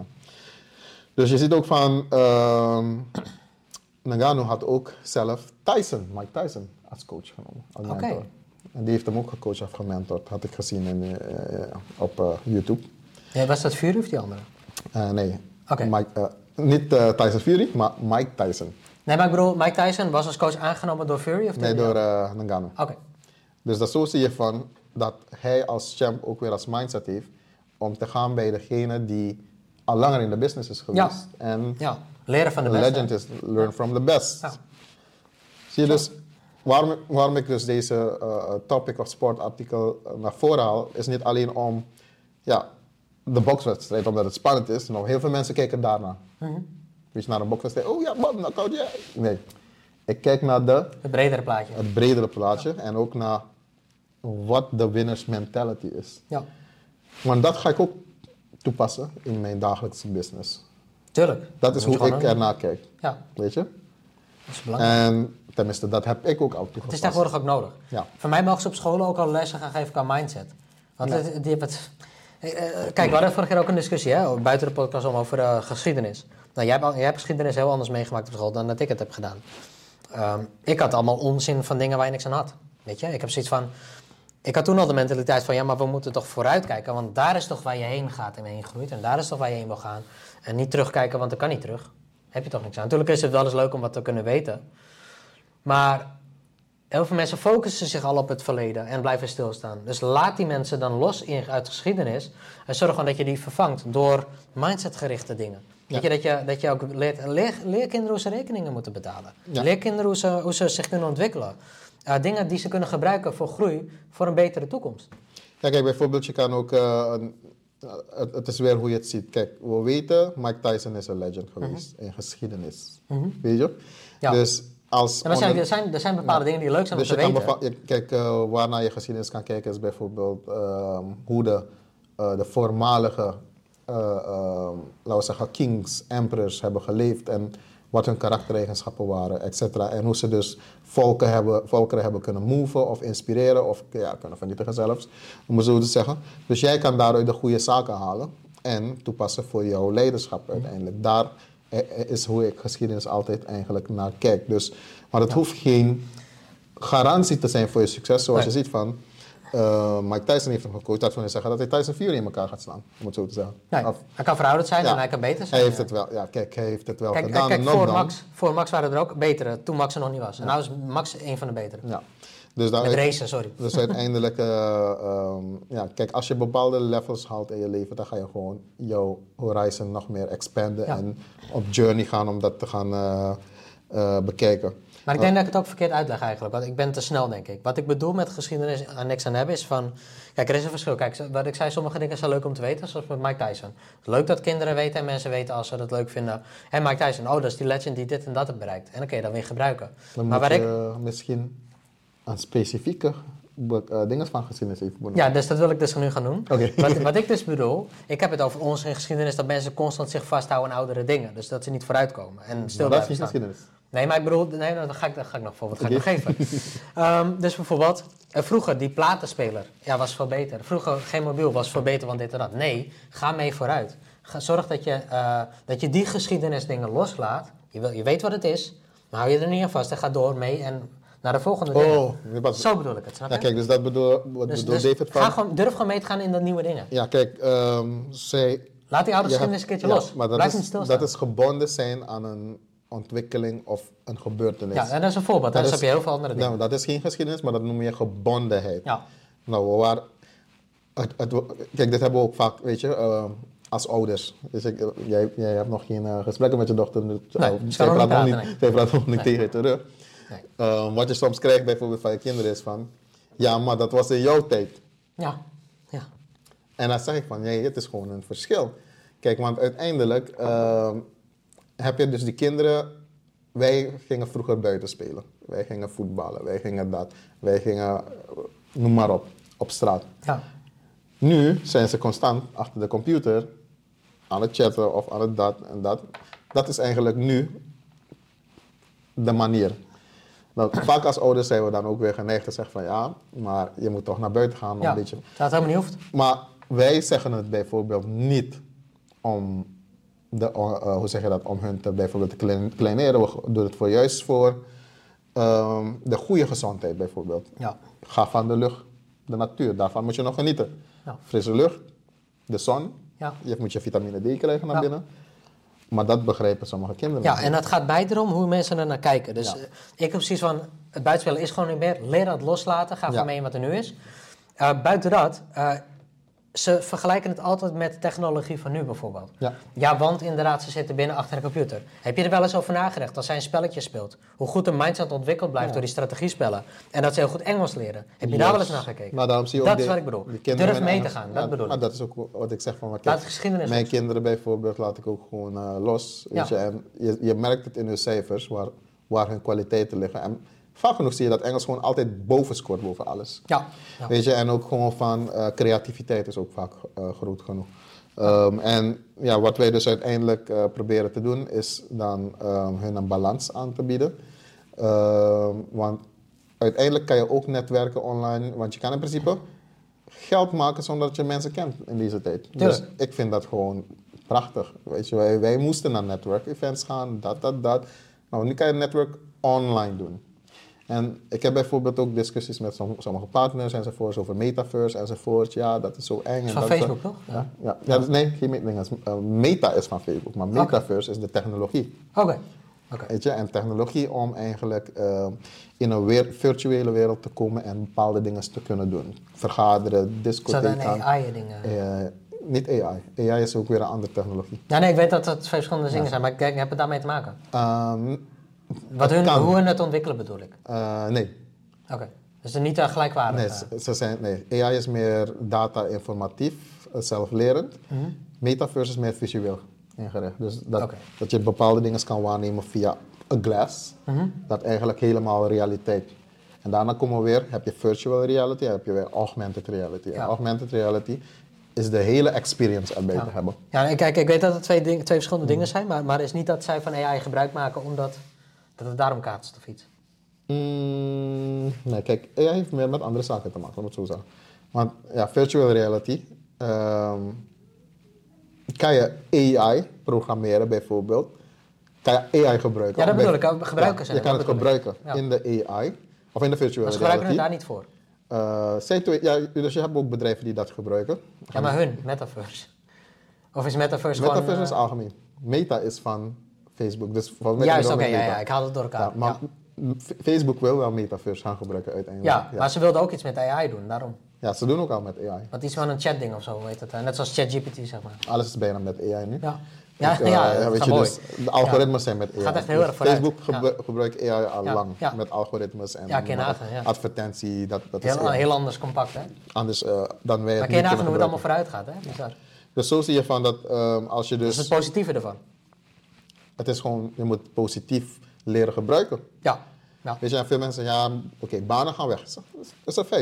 Dus je ziet ook van, uh, Ngannou had ook zelf Tyson, Mike Tyson, als coach genomen, als Oké. mentor. En die heeft hem ook gecoacht of gementord, had ik gezien in, uh, op uh, YouTube. Ja, was dat Fury of die andere? Uh, nee, Oké. Mike, uh, niet uh, Tyson Fury, maar Mike Tyson. Nee, maar ik bedoel, Mike Tyson was als coach aangenomen door Fury? Of Nee, door uh, Ngannou. Oké. Dus dat zo zie je van dat hij als champ ook weer als mindset heeft om te gaan bij degene die al langer in de business is geweest. Ja. En Ja, leren van de the beste. legend is learn from the best. Ja. Zie je dus, waarom, waarom ik dus deze uh, topic of sportartikel uh, naar voren haal, is niet alleen om ja, de bokswedstrijd, omdat het spannend is. Nou, heel veel mensen kijken daarna. Mm-hmm. Weet je, naar een bokswedstrijd, oh ja, man, dan kan je. Nee, ik kijk naar de Het bredere plaatje. het bredere plaatje en ook naar wat de winners mentality is. Ja, Want dat ga ik ook toepassen in mijn dagelijkse business. tuurlijk. Dat is moet hoe je ik gewoon ernaar kijk, doen. Ja, weet je? dat is belangrijk. En tenminste, dat heb ik ook al Het toegepast. is tegenwoordig ook nodig. Ja. Voor mij mogen ze op scholen ook al lessen gaan geven qua mindset. Want Ja. het, die hebben het... Eh, eh, Kijk, we hadden vorige keer ook een discussie, hè, buiten de podcast om over uh, geschiedenis. Nou, jij hebt, al- jij hebt geschiedenis heel anders meegemaakt op school dan dat ik het heb gedaan. Ehm, ik had allemaal onzin van dingen waar je niks aan had. Weet je, ik heb zoiets van... Ik had toen al de mentaliteit van, ja, maar we moeten toch vooruitkijken. Want daar is toch waar je heen gaat en heen groeit. En daar is toch waar je heen wil gaan. En niet terugkijken, want dat kan niet terug. Heb je toch niks aan. Natuurlijk is het wel eens leuk om wat te kunnen weten. Maar heel veel mensen focussen zich al op het verleden en blijven stilstaan. Dus laat die mensen dan los in, uit de geschiedenis. En zorg gewoon dat je die vervangt door mindsetgerichte dingen. Ja. Weet je, dat je, dat je ook leert, leer, leer kinderen hoe ze rekeningen moeten betalen. Ja. Leer kinderen hoe ze, hoe ze zich kunnen ontwikkelen. Uh, dingen die ze kunnen gebruiken voor groei, voor een betere toekomst. Ja, kijk, bijvoorbeeld, je kan ook... uh, een, uh, het, het is weer hoe je het ziet. Kijk, we weten, Mike Tyson is een legend geweest in geschiedenis. Weet je? Ja. Dus als... En er, zijn, onder- er, zijn, er zijn bepaalde dingen die leuk zijn Dus om je te kan weten. bepa- je- kijk, uh, waarnaar je geschiedenis kan kijken is bijvoorbeeld ehm, hoe de, uh, de voormalige, uh, uh, laten we zeggen, kings, emperors hebben geleefd en wat hun karaktereigenschappen waren, et cetera. En hoe ze dus volken hebben, volkeren hebben kunnen moven of inspireren of ja, kunnen vernietigen zelfs, om het zo te zeggen. Dus jij kan daaruit de goede zaken halen en toepassen voor jouw leiderschap uiteindelijk. Daar eh, is hoe ik geschiedenis altijd eigenlijk naar kijk. Dus, maar het hoeft geen garantie te zijn voor je succes, zoals Nee. je ziet van uh, Mike Tyson heeft hem gecoacht. Dat wil niet zeggen dat hij Tyson Fury in elkaar gaat slaan, om het zo te zeggen. Nee, Of- hij kan verouderd zijn Ja. en hij kan beter zijn. hij heeft het wel, ja, kijk, hij heeft het wel Kijk, gedaan. kijk een voor, knockdown. Max, voor Max waren er ook betere, toen Max er nog niet was. En nou is Max een van de betere. Ja. Dus, dan Met racen, sorry. dus uiteindelijk, uh, um, ja, kijk, als je bepaalde levels haalt in je leven, dan ga je gewoon jouw horizon nog meer expanden Ja. en op journey gaan om dat te gaan uh, uh, bekijken. Maar ik denk dat ik het ook verkeerd uitleg eigenlijk, want ik ben te snel, denk ik. Wat ik bedoel met geschiedenis aan niks aan hebben is van... Kijk, er is een verschil. Kijk, wat ik zei, sommige dingen zijn leuk om te weten, zoals met Mike Tyson. Het is leuk dat kinderen weten en mensen weten als ze dat leuk vinden. En Mike Tyson, oh, dat is die legend die dit en dat heeft bereikt. En dan kun je dat weer gebruiken. Dan maar moet waar je ik... misschien een specifieke uh, dingen van geschiedenis even benoemen? Ja, dus dat wil ik dus nu gaan doen. Okay. Wat, wat ik dus bedoel, ik heb het over onze geschiedenis dat mensen constant zich vasthouden aan oudere dingen. Dus dat ze niet vooruitkomen en stil dat is blijven niet staan. geschiedenis. Nee, maar ik bedoel, nee, dat ga ik, dat ga ik nog voor. Wat ga ik nog geven? um, dus bijvoorbeeld, uh, vroeger die platenspeler, ja, was veel beter. Vroeger geen mobiel was veel beter, want dit en dat. Nee, ga mee vooruit. Ga, zorg dat je, uh, dat je die geschiedenisdingen loslaat. Je, wil, je weet wat het is, maar hou je er niet aan vast en ga door mee en naar de volgende oh, dingen. Zo bedoel ik het, snap je? Ja, kijk, dus dat bedoel, wat dus, bedoel dus David van... Ga gewoon, durf gewoon mee te gaan in dat nieuwe dingen. Ja, kijk, um, zij... Laat die oude geschiedenis een keertje ja, los. Maar dat Blijf is, niet stilstaan. dat is gebonden zijn aan een ontwikkeling of een gebeurtenis. Ja, en dat is een voorbeeld. Dat Dan is, heb je heel veel andere dingen. Nou, dat is geen geschiedenis, maar dat noem je gebondenheid. Ja. Nou, waar... Het, het, kijk, dit hebben we ook vaak, weet je, uh, als ouders. Dus ik, jij, jij hebt nog geen uh, gesprekken met je dochter. Dus, nee, uh, zij zij praat nog niet, nee. zij praat nog niet nee. tegen je terug. Nee. Uh, wat je soms krijgt bijvoorbeeld van je kinderen is van... Ja, maar dat was in jouw tijd. Ja, ja. En dan zeg ik van, nee, het is gewoon een verschil. Kijk, want uiteindelijk uh, heb je dus die kinderen... Wij gingen vroeger buiten spelen. Wij gingen voetballen, wij gingen dat. Wij gingen, noem maar op, op straat. Ja. Nu zijn ze constant achter de computer aan het chatten of aan het dat en dat. Dat is eigenlijk nu de manier. Nou, vaak als ouders zijn we dan ook weer geneigd te zeggen van ja, maar je moet toch naar buiten gaan. Ja, een beetje. dat helemaal niet hoeft. Maar wij zeggen het bijvoorbeeld niet om, de, uh, hoe zeg je dat, om hun te, bijvoorbeeld te klein, kleineren. We doen het voor juist voor um, de goede gezondheid bijvoorbeeld. Ja. Ga van de lucht, de natuur, daarvan moet je nog genieten. Ja. Frisse lucht, de zon, Ja. je moet je vitamine D krijgen naar Ja. binnen. Maar dat begrijpen sommige kinderen Ja, niet. en dat gaat bij erom hoe mensen er naar kijken. Dus Ja. uh, ik heb precies van, het buitenspelen is gewoon niet meer. Leer dat loslaten, ga van Ja. mee in wat er nu is. Uh, buiten dat, uh, ze vergelijken het altijd met de technologie van nu bijvoorbeeld. Ja. Ja, want inderdaad, ze zitten binnen achter een computer. Heb je er wel eens over nagedacht, als zij een spelletje speelt, hoe goed een mindset ontwikkeld blijft Ja. door die strategiespellen. En dat ze heel goed Engels leren. Heb je Yes. daar wel eens naar gekeken? Maar daarom zie je ook Dat die- is wat ik bedoel. die kinderen Durf met mee te Engels- gaan, dat ja, bedoel ik. Maar dat is ook wat ik zeg van... Maar Laat kijk, de geschiedenis mijn los. kinderen bijvoorbeeld laat ik ook gewoon uh, los. Weet Ja. je, en je, je merkt het in hun cijfers, waar, waar hun kwaliteiten liggen. En vaak genoeg zie je dat Engels gewoon altijd boven scoort, boven alles. Ja. Ja. Weet je, en ook gewoon van uh, creativiteit is ook vaak uh, groot genoeg. Um, en ja, wat wij dus uiteindelijk uh, proberen te doen, is dan um, hun een balans aan te bieden. Um, want uiteindelijk kan je ook netwerken online, want je kan in principe geld maken zonder dat je mensen kent in deze tijd. Tuurlijk. Dus ik vind dat gewoon prachtig. Weet je, wij, wij moesten naar network events gaan, dat, dat, dat. Nou, nu kan je netwerk online doen. En ik heb bijvoorbeeld ook discussies met som, sommige partners enzovoorts over metaverse enzovoorts. Ja, dat is zo eng. Dat is en van dat Facebook, toch? Ja, ja. ja dus nee, geen meta, uh, meta is van Facebook, maar metaverse is de technologie. Oké. Okay. Okay. Weet je, en technologie om eigenlijk uh, in een weer, virtuele wereld te komen en bepaalde dingen te kunnen doen. Vergaderen, discotheken. Is dat een A I-dingen? Uh, niet A I. A I is ook weer een andere technologie. Ja, nee, ik weet dat het twee verschillende dingen Ja. zijn, maar ik, ik heb het daarmee te maken. Um, Wat hun, kan. hoe hun het ontwikkelen bedoel ik? Uh, nee. Oké, okay. Dus er niet uh, gelijkwaardig. Nee, uh. ze, ze zijn, nee, A I is meer data-informatief, uh, zelflerend. Mm-hmm. Metaverse is meer visueel ingericht. Dus dat, Okay. dat je bepaalde dingen kan waarnemen via een glas. Mm-hmm. Dat eigenlijk helemaal realiteit. En daarna komen we weer, heb je virtual reality, heb je weer augmented reality. Ja. En augmented reality is de hele experience erbij Ja. te hebben. Ja, kijk, ik weet dat het twee, ding, twee verschillende dingen zijn, maar, maar is niet dat zij van A I gebruik maken omdat dat het daarom kaatst of iets? Mm, nee, kijk, A I heeft meer met andere zaken te maken, laat me het zo zeggen. Want ja, virtual reality, um, kan je A I programmeren bijvoorbeeld, kan je A I gebruiken. Ja, dat Bij- bedoel ik, gebruiken ja, ze. je kan dat het bedoel ik. gebruiken Ja. in de A I, of in de virtual Maar ze gebruiken reality. het daar niet voor. Uh, zij twee- ja, dus je hebt ook bedrijven die dat gebruiken. Ja, maar hun, Metaverse. Of is Metaverse, Metaverse gewoon... is uh, algemeen. Meta is van Facebook. Dus volgens mij Juist, is oké, het ook ja, met ja, Meta. ik haal het door elkaar. Ja, maar ja. F- Facebook wil wel Metaverse gaan gebruiken uiteindelijk. Ja, maar ze wilden ook iets met A I doen, daarom. Ja, ze doen ook al met A I. Want iets van een chatding of zo, weet het. uh, Net zoals ChatGPT, zeg maar. Alles is bijna met A I nu. Ja, ja, Ik, uh, ja, dat weet gaat je, mooi. dus de algoritmes zijn met A I. Gaat echt heel Dus erg vooruit. Facebook gebru- gebruikt A I al Ja, lang ja. met algoritmes en Ja, kun je met nagaan, ja. advertentie. Dat, dat is Heel, A I. heel anders compact, hè? Anders uh, dan wij Maar het kun je nu nagaan hoe het allemaal kunnen vooruit gaat, hè? Bizar. gebruiken. Dus zo zie je van dat um, als je Dat dus... is het positieve ervan. Het is gewoon, je moet positief leren gebruiken. Ja. ja. Weet je, en veel mensen zeggen, ja, oké, okay, banen gaan weg. Dat is, dat is een feit.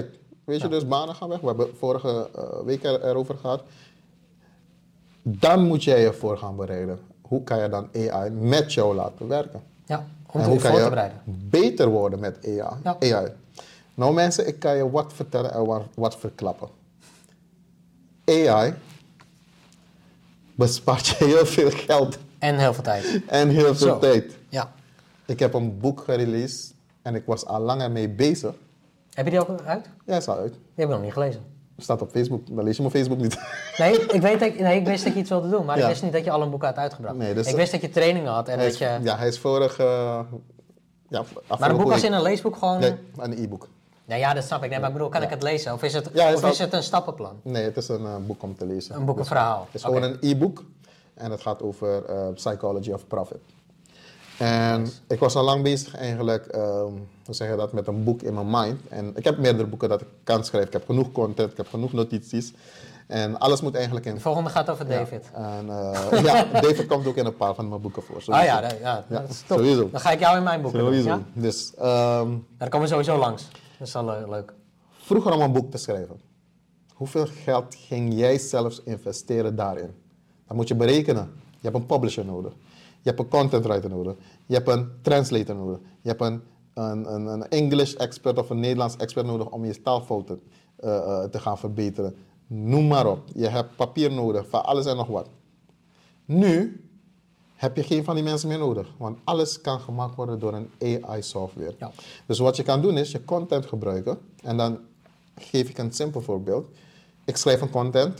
Weet je, Ja. dus banen gaan weg. We hebben vorige uh, week er, erover gehad. Dan moet jij je voor gaan bereiden. Hoe kan je dan A I met jou laten werken? Ja, om En te hoe kan voor te je bereiden. beter worden met A I? Ja. A I. Nou mensen, ik kan je wat vertellen en wat, wat verklappen. A I bespaart je heel veel geld En heel veel tijd. en heel veel Zo. tijd. Ja. Ik heb een boek gereleased en ik was al langer mee bezig. Heb je die ook uit? Ja, het is al uit. Die heb ik nog niet gelezen. Staat op Facebook, dan lees je mijn Facebook niet. Nee, ik, weet dat ik, nee, ik wist dat je iets wilde doen, maar Ja. ik wist niet dat je al een boek had uitgebracht. Nee, dus- ik wist dat je trainingen had en Hij dat is, je... Ja, hij is vorig... Uh, ja, Maar een boek als in een leesboek gewoon... Nee, een e-book. Nou ja, dat snap ik. Nee, maar ik bedoel, kan ik het lezen? Of is het, Ja, hij of staat- is het een stappenplan? Nee, het is een uh, boek om te lezen. Een boek, een Dus verhaal. Het is Oké. gewoon een e-book en het gaat over uh, Psychology of Profit. En Nice. ik was al lang bezig eigenlijk, um, hoe zeg je dat, met een boek in mijn mind. En ik heb meerdere boeken dat ik kan schrijven. Ik heb genoeg content, ik heb genoeg notities. En alles moet eigenlijk in... De volgende gaat over David. Ja, en, uh, ja, David komt ook in een paar van mijn boeken voor. Ah sowieso. ja, dat, ja, Ja, dat is top. sowieso. Dan ga ik jou in mijn boeken doen. Sowieso. Ja? Dus um, Daar komen we sowieso langs. Dat is wel le- leuk. vroeger om een boek te schrijven, hoeveel geld ging jij zelfs investeren daarin? Dat moet je berekenen. Je hebt een publisher nodig. Je hebt een content writer nodig. Je hebt een translator nodig. Je hebt een, een, een, een English expert of een Nederlands expert nodig om je taalfouten uh, uh, te gaan verbeteren. Noem maar op. Je hebt papier nodig van alles en nog wat. Nu heb je geen van die mensen meer nodig. Want alles kan gemaakt worden door een A I-software. Ja. Dus wat je kan doen is je content gebruiken. En dan geef ik een simpel voorbeeld. Ik schrijf een content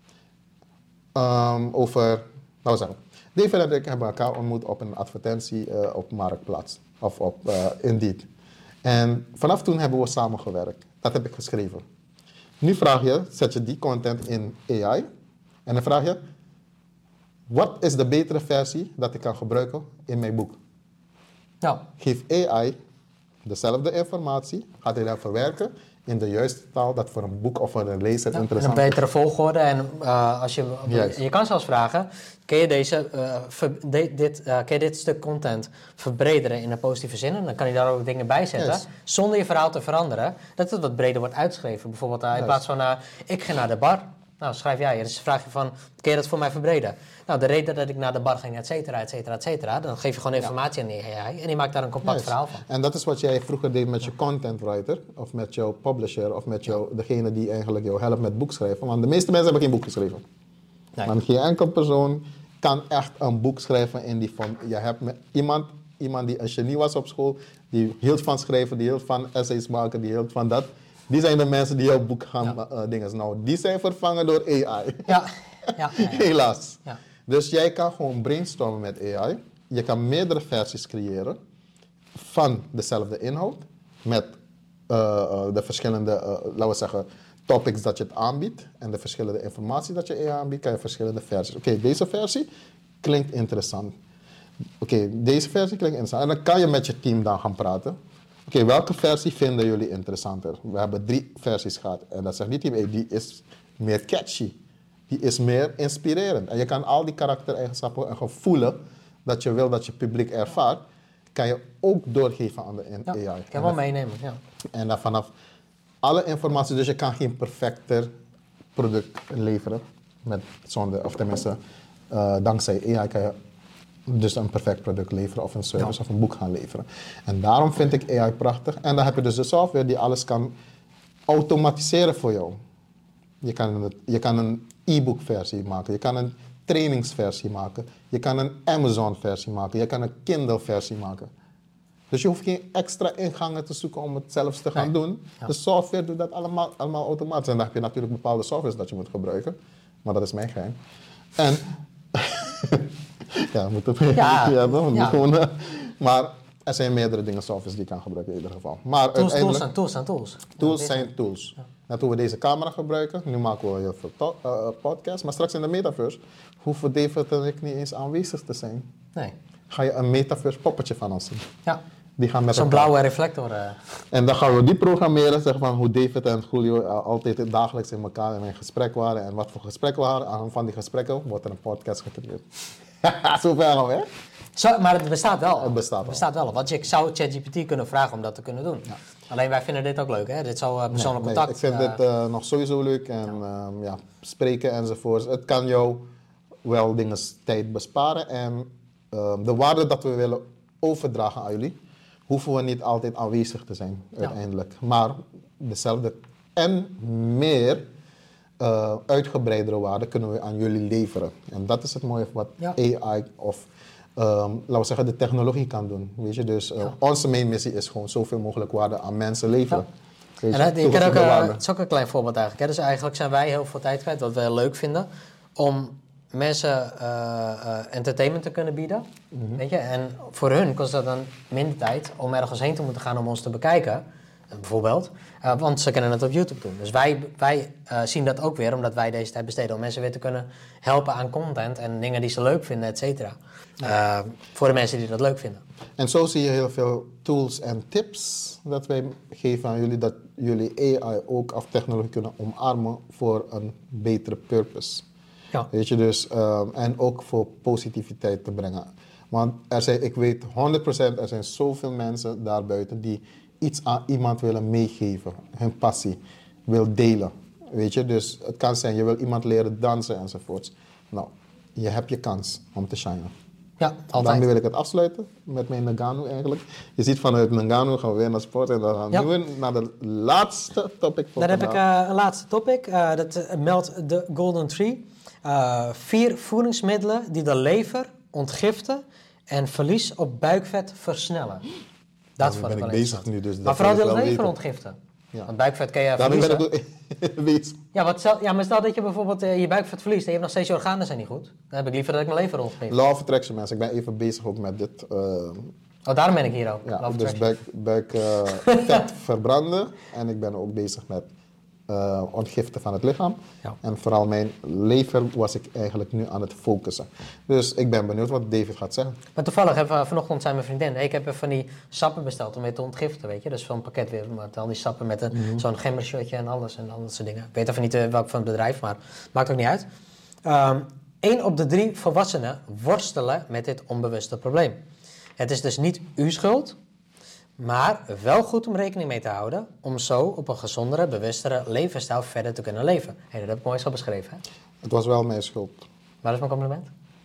um, over, laten we zeggen, David en ik hebben elkaar ontmoet op een advertentie uh, op Marktplaats. Of op uh, Indeed. En vanaf toen hebben we samengewerkt. Dat heb ik geschreven. Nu vraag je, zet je die content in A I. En dan vraag je, wat is de betere versie dat ik kan gebruiken in mijn boek? Ja. Geef A I dezelfde informatie, gaat hij dat verwerken in de juiste taal dat voor een boek of voor een lezer Ja, in een interessant is. betere volgorde. En uh, als je, Juist. je kan zelfs vragen, kun je, deze, uh, ver, de, dit, uh, kun je dit stuk content verbrederen in een positieve zin? En dan kan je daar ook dingen bij zetten, Yes. zonder je verhaal te veranderen. Dat het wat breder wordt uitgeschreven. Bijvoorbeeld uh, in Yes. plaats van, uh, ik ga naar de bar. Nou, schrijf jij. Dus vraag je van, kun je dat voor mij verbreden? Nou, de reden dat ik naar de bar ging, et cetera, et cetera, et cetera. Dan geef je gewoon informatie aan de A I en die maakt daar een compact Yes. verhaal van. En dat is wat jij vroeger deed met je content writer, of met jouw publisher, of met jou, degene die eigenlijk jou helpt met boekschrijven. Want de meeste mensen hebben geen boek geschreven. Nee. Want geen enkel persoon kan echt een boek schrijven in die vorm. Je hebt met iemand, iemand die een genie was op school, die hield van schrijven, die hield van essays maken, die hield van dat. Die zijn de mensen die jouw boek gaan Ja. uh, dingen. Nou, die zijn vervangen door A I. Ja, ja, ja, ja. Helaas. Ja. Dus jij kan gewoon brainstormen met A I. Je kan meerdere versies creëren van dezelfde inhoud. Met uh, uh, de verschillende, uh, laten we zeggen, topics dat je het aanbiedt. En de verschillende informatie dat je A I aanbiedt, kan je verschillende versies. Oké, okay, deze versie klinkt interessant. Oké, okay, deze versie klinkt interessant. En dan kan je met je team dan gaan praten. Oké, okay, welke versie vinden jullie interessanter? We hebben drie versies gehad. En dan zegt die team, hey, die is meer catchy. Die is meer inspirerend. En je kan al die karaktereigenschappen en gevoelen dat je wil dat je publiek ervaart, kan je ook doorgeven aan de Ja, A I. ik kan wel meenemen, ja. En dan vanaf alle informatie, dus je kan geen perfecter product leveren. Met zonder, of tenminste, uh, dankzij A I kan je dus een perfect product leveren of een service Ja. of een boek gaan leveren. En daarom vind ik A I prachtig. En dan heb je dus de software die alles kan automatiseren voor jou. Je kan een, je kan een e-book versie maken, je kan een trainingsversie maken, je kan een Amazon versie maken, je kan een Kindle versie maken. Dus je hoeft geen extra ingangen te zoeken om het zelfs te gaan Nee. doen. Ja. De software doet dat allemaal, allemaal automatisch. En dan heb je natuurlijk bepaalde softwares dat je moet gebruiken. Maar dat is mijn geheim. En ja, we moeten het Ja. ja, dan, Ja. gewoon, uh, maar er zijn meerdere dingen, softwares die je kan gebruiken in ieder geval. Maar Tools, tools uiteindelijk, zijn tools zijn tools. tools Ja, zijn tools. Net hoe we deze camera gebruiken, nu maken we heel veel to- uh, podcasts, maar straks in de metaverse hoeven David en ik niet eens aanwezig te zijn. Nee. Ga je een metaverse poppetje van ons zien. Ja. Die gaan met Zo'n elkaar. blauwe reflector. Uh, En dan gaan we die programmeren, zeg van hoe David en Julio uh, altijd dagelijks in elkaar in een gesprek waren en wat voor gesprekken waren. Aan van die gesprekken wordt er een podcast gecreëerd. Zo ver gaan we, hè? Zo, maar het bestaat wel. Het bestaat, het bestaat wel. wel. Want je zou ChatGPT kunnen vragen om dat te kunnen doen. Ja. Alleen wij vinden dit ook leuk, hè? Dit zou uh, persoonlijk nee, contact... Nee, ik vind uh, dit uh, nog sowieso leuk. En ja. Um, ja, spreken enzovoort. Het kan jou wel dingen tijd besparen. En uh, de waarde dat we willen overdragen aan jullie, hoeven we niet altijd aanwezig te zijn, uiteindelijk. Ja. Maar dezelfde en meer uh, uitgebreidere waarde kunnen we aan jullie leveren. En dat is het mooie van wat ja. A I of... Um, laten we zeggen, de technologie kan doen. Weet je? Dus uh, ja. onze main missie is gewoon zoveel mogelijk waarde aan mensen leveren. Ja. Weet je? En dat, je kan ook, uh, het is ook een klein voorbeeld eigenlijk. Hè? Dus eigenlijk zijn wij heel veel tijd kwijt, wat wij leuk vinden, om mensen uh, uh, entertainment te kunnen bieden. Mm-hmm. Weet je? En voor hun kost dat dan minder tijd om ergens heen te moeten gaan om ons te bekijken. Bijvoorbeeld, uh, want ze kunnen het op YouTube doen. Dus wij, wij uh, zien dat ook weer, omdat wij deze tijd besteden om mensen weer te kunnen helpen aan content en dingen die ze leuk vinden, et cetera. Uh, voor de mensen die dat leuk vinden. En zo zie je heel veel tools en tips dat wij geven aan jullie, dat jullie A I ook of technologie kunnen omarmen voor een betere purpose. Ja. Weet je, dus, um, en ook voor positiviteit te brengen. Want er zijn, ik weet honderd procent, er zijn zoveel mensen daarbuiten die iets aan iemand willen meegeven, hun passie wil delen, weet je. Dus het kan zijn, je wil iemand leren dansen enzovoorts. Nou, je hebt je kans om te shinen. Ja, altijd. Daarmee wil ik het afsluiten met mijn Nagano eigenlijk. Je ziet vanuit Nagano gaan we weer naar sport en dan gaan ja. we naar de laatste topic voor Daar vandaag. heb ik uh, een laatste topic, uh, dat uh, meldt de Golden Tree. Uh, vier voedingsmiddelen die de lever ontgiften en verlies op buikvet versnellen. Dat ja, ben ik, ik bezig nu, dus dat maar vooral de lever ontgiften. Ja. Want buikvet kan je Daarom verliezen. Ben ik bezig. Ja, wat stel, ja, maar stel dat je bijvoorbeeld uh, je buikvet verliest en je hebt nog steeds je organen zijn niet goed. Dan heb ik liever dat ik mijn lever ontgift. Law of attraction, mensen. Ik ben even bezig ook met dit. Uh, oh, daarom ben ik hier ook. Ja, dus buik, buik uh, vet verbranden. En ik ben ook bezig met uh, ontgiften van het lichaam. Ja. En vooral mijn lever was ik eigenlijk nu aan het focussen. Dus ik ben benieuwd wat David gaat zeggen. Maar toevallig, even, vanochtend zei mijn vriendin, hey, ik heb van die sappen besteld om weer te ontgiften, weet je. Dus zo'n pakket weer, met al die sappen met een, mm-hmm. zo'n gembershirtje en alles en al dat soort dingen. Ik weet even niet uh, welk van het bedrijf, maar maakt ook niet uit. Um, Eén op de drie volwassenen worstelen met dit onbewuste probleem. Het is dus niet uw schuld, maar wel goed om rekening mee te houden om zo op een gezondere, bewustere levensstijl verder te kunnen leven. Hey, dat heb ik mooi zo beschreven. Hè? Het was wel mijn schuld. Waar is mijn compliment?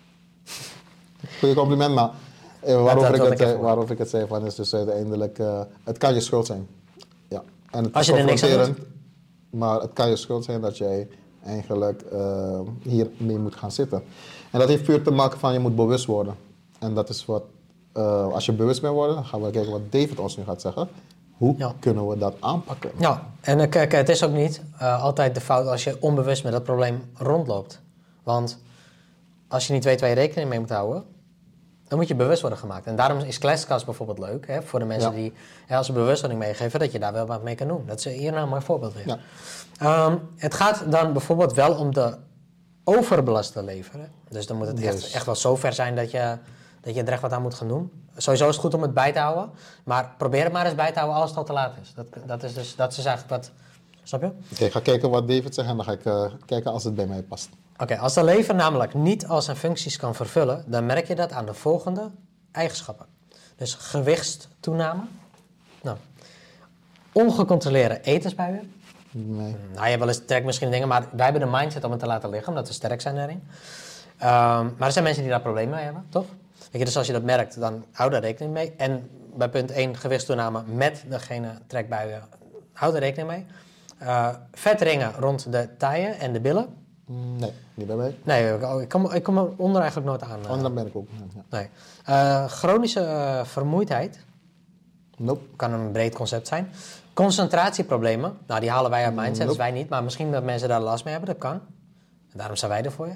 Goeie compliment, maar eh, waarover, ik het, ik waarover ik het zei van is dus uiteindelijk, uh, het kan je schuld zijn. Ja. En het Als je er niks aan doet. Maar het kan je schuld zijn dat jij eigenlijk uh, hier mee moet gaan zitten. En dat heeft puur te maken van je moet bewust worden. En dat is wat, uh, als je bewust bent worden, dan gaan we kijken wat David ons nu gaat zeggen. Hoe ja. kunnen we dat aanpakken? Ja, en uh, kijk, het is ook niet uh, altijd de fout als je onbewust met dat probleem rondloopt. Want als je niet weet waar je rekening mee moet houden, dan moet je bewust worden gemaakt. En daarom is Classcast bijvoorbeeld leuk, hè, voor de mensen ja. die hè, als ze bewustwording meegeven, dat je daar wel wat mee kan doen. Dat is hier nou een mooi voorbeeld weer. Ja. Um, het gaat dan bijvoorbeeld wel om de overbelaste lever. Hè. Dus dan moet het echt, echt wel zo ver zijn dat je, dat je er echt wat aan moet gaan doen. Sowieso is het goed om het bij te houden, maar probeer het maar eens bij te houden als het al te laat is. Dat, dat is dus dat is eigenlijk wat... Snap je? Oké, okay, ik ga kijken wat David zegt en dan ga ik uh, kijken als het bij mij past. Oké, okay, als de lever namelijk niet al zijn functies kan vervullen, dan merk je dat aan de volgende eigenschappen. Dus gewichtstoename. Nou, ongecontroleerde etensbuien. Nee. Nou, je wel eens trek misschien dingen, maar wij hebben de mindset om het te laten liggen, omdat we sterk zijn daarin. Um, maar er zijn mensen die daar problemen mee hebben, toch? Weet je, dus als je dat merkt, dan hou daar rekening mee. En bij punt één, gewichtstoename met degene trekbuien, hou er rekening mee. Uh, vetringen rond de taille en de billen. Nee, niet bij mij. Nee, ik kom, ik kom er onder eigenlijk nooit aan. Uh, onder ben ik ook. Ja. Nee. Uh, chronische uh, vermoeidheid. Nope. Kan een breed concept zijn. Concentratieproblemen. Nou, die halen wij uit mindset, nope. Dus wij niet. Maar misschien dat mensen daar last mee hebben, dat kan. En daarom zijn wij er voor je.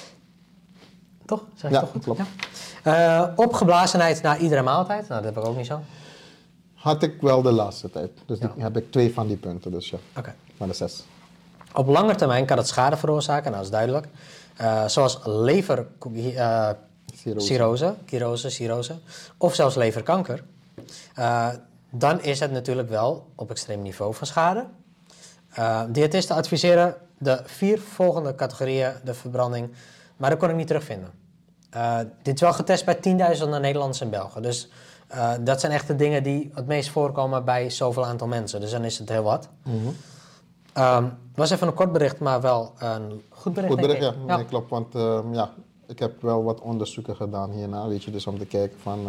Toch? Zeg je ja, toch goed? klopt. Ja. Uh, opgeblazenheid na iedere maaltijd. Nou, dat heb ik ook niet zo. Had ik wel de laatste tijd. Dus ja. die, heb ik twee van die punten. Dus ja, okay. maar de zes. Op lange termijn kan het schade veroorzaken, nou dat is duidelijk. Uh, zoals levercirrose, uh, cirrose, cirrose, cirrose, of zelfs leverkanker. Uh, dan is het natuurlijk wel op extreem niveau van schade. Uh, diëtisten adviseren de vier volgende categorieën, de verbranding, maar dat kon ik niet terugvinden. Uh, dit is wel getest bij tienduizenden Nederlanders en Belgen. Dus uh, dat zijn echt de dingen die het meest voorkomen bij zoveel aantal mensen. Dus dan is het heel wat. Mm-hmm. Um, was even een kort bericht, maar wel een goed bericht, Goed bericht, denk ja. ik. Ja. Nee, klopt. Want uh, ja, ik heb wel wat onderzoeken gedaan hierna, weet je. Dus om te kijken van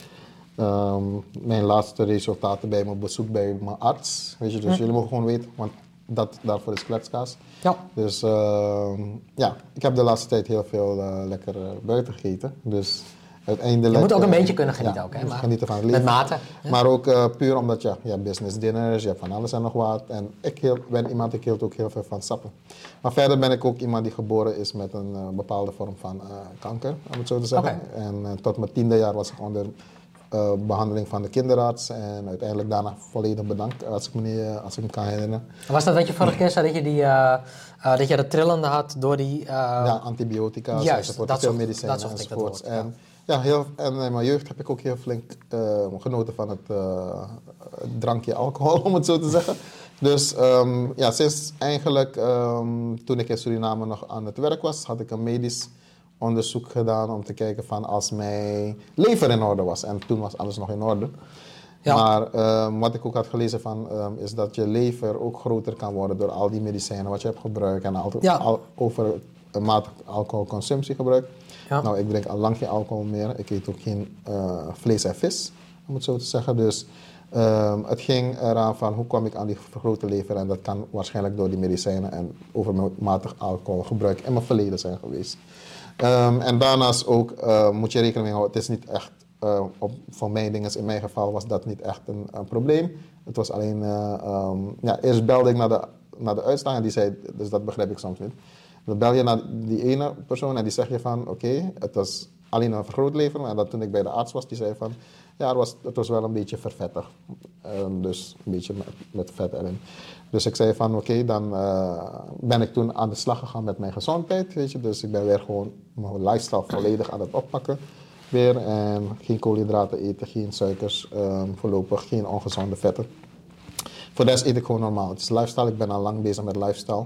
uh, um, mijn laatste resultaten bij mijn bezoek bij mijn arts. Weet je, dus hm. jullie mogen gewoon weten, want dat, daarvoor is kletskaas. Ja. Dus uh, ja, ik heb de laatste tijd heel veel uh, lekker uh, buiten gegeten. Dus uiteindelijk... Je moet ook een uh, beetje kunnen genieten ja, ook, hè? Maar genieten van het leven. Met mate. Ja. Maar ook uh, puur omdat ja, je hebt business dinners, je hebt van alles en nog wat. En ik heel, ben iemand, ik hield ook heel veel van sappen. Maar verder ben ik ook iemand die geboren is met een uh, bepaalde vorm van uh, kanker, om het zo te zeggen. Okay. En uh, tot mijn tiende jaar was ik onder uh, behandeling van de kinderarts. En uiteindelijk daarna volledig bedankt, als ik me, niet, uh, als ik me kan herinneren. Was dat wat je vorige keer zei, dat je, die, uh, uh, dat je dat trillende had door die... Uh... Ja, antibiotica, juist, enzovoort, dat veel medicijnen enzovoort. En ja, heel, en in mijn jeugd heb ik ook heel flink uh, genoten van het uh, drankje alcohol, om het zo te zeggen. Dus um, ja, sinds eigenlijk um, toen ik in Suriname nog aan het werk was, had ik een medisch onderzoek gedaan om te kijken van als mijn lever in orde was. En toen was alles nog in orde. Ja. Maar um, wat ik ook had gelezen van, um, is dat je lever ook groter kan worden door al die medicijnen wat je hebt gebruikt en al, ja. al, over een matige alcoholconsumptie gebruikt. Ja. Nou, ik drink al lang geen alcohol meer. Ik eet ook geen uh, vlees en vis, om het zo te zeggen. Dus um, het ging eraan van hoe kwam ik aan die vergrote lever. En dat kan waarschijnlijk door die medicijnen en overmatig alcoholgebruik in mijn verleden zijn geweest. Um, en daarnaast ook uh, moet je rekening mee houden, het is niet echt, uh, op, voor mijn dingen, in mijn geval was dat niet echt een, een probleem. Het was alleen, uh, um, ja, eerst belde ik naar de, naar de uitslag en die zei, dus dat begrijp ik soms niet. Dan bel je naar die ene persoon en die zeg je van, oké, okay, het was alleen een vergrootlever. En dat toen ik bij de arts was, die zei van, ja, het was, het was wel een beetje vervettig. Um, dus een beetje met, met vet erin. Dus ik zei van, oké, okay, dan uh, ben ik toen aan de slag gegaan met mijn gezondheid, weet je. Dus ik ben weer gewoon mijn lifestyle volledig aan het oppakken weer. En geen koolhydraten eten, geen suikers, um, voorlopig geen ongezonde vetten. Voor de rest eet ik gewoon normaal. Het is lifestyle, ik ben al lang bezig met lifestyle.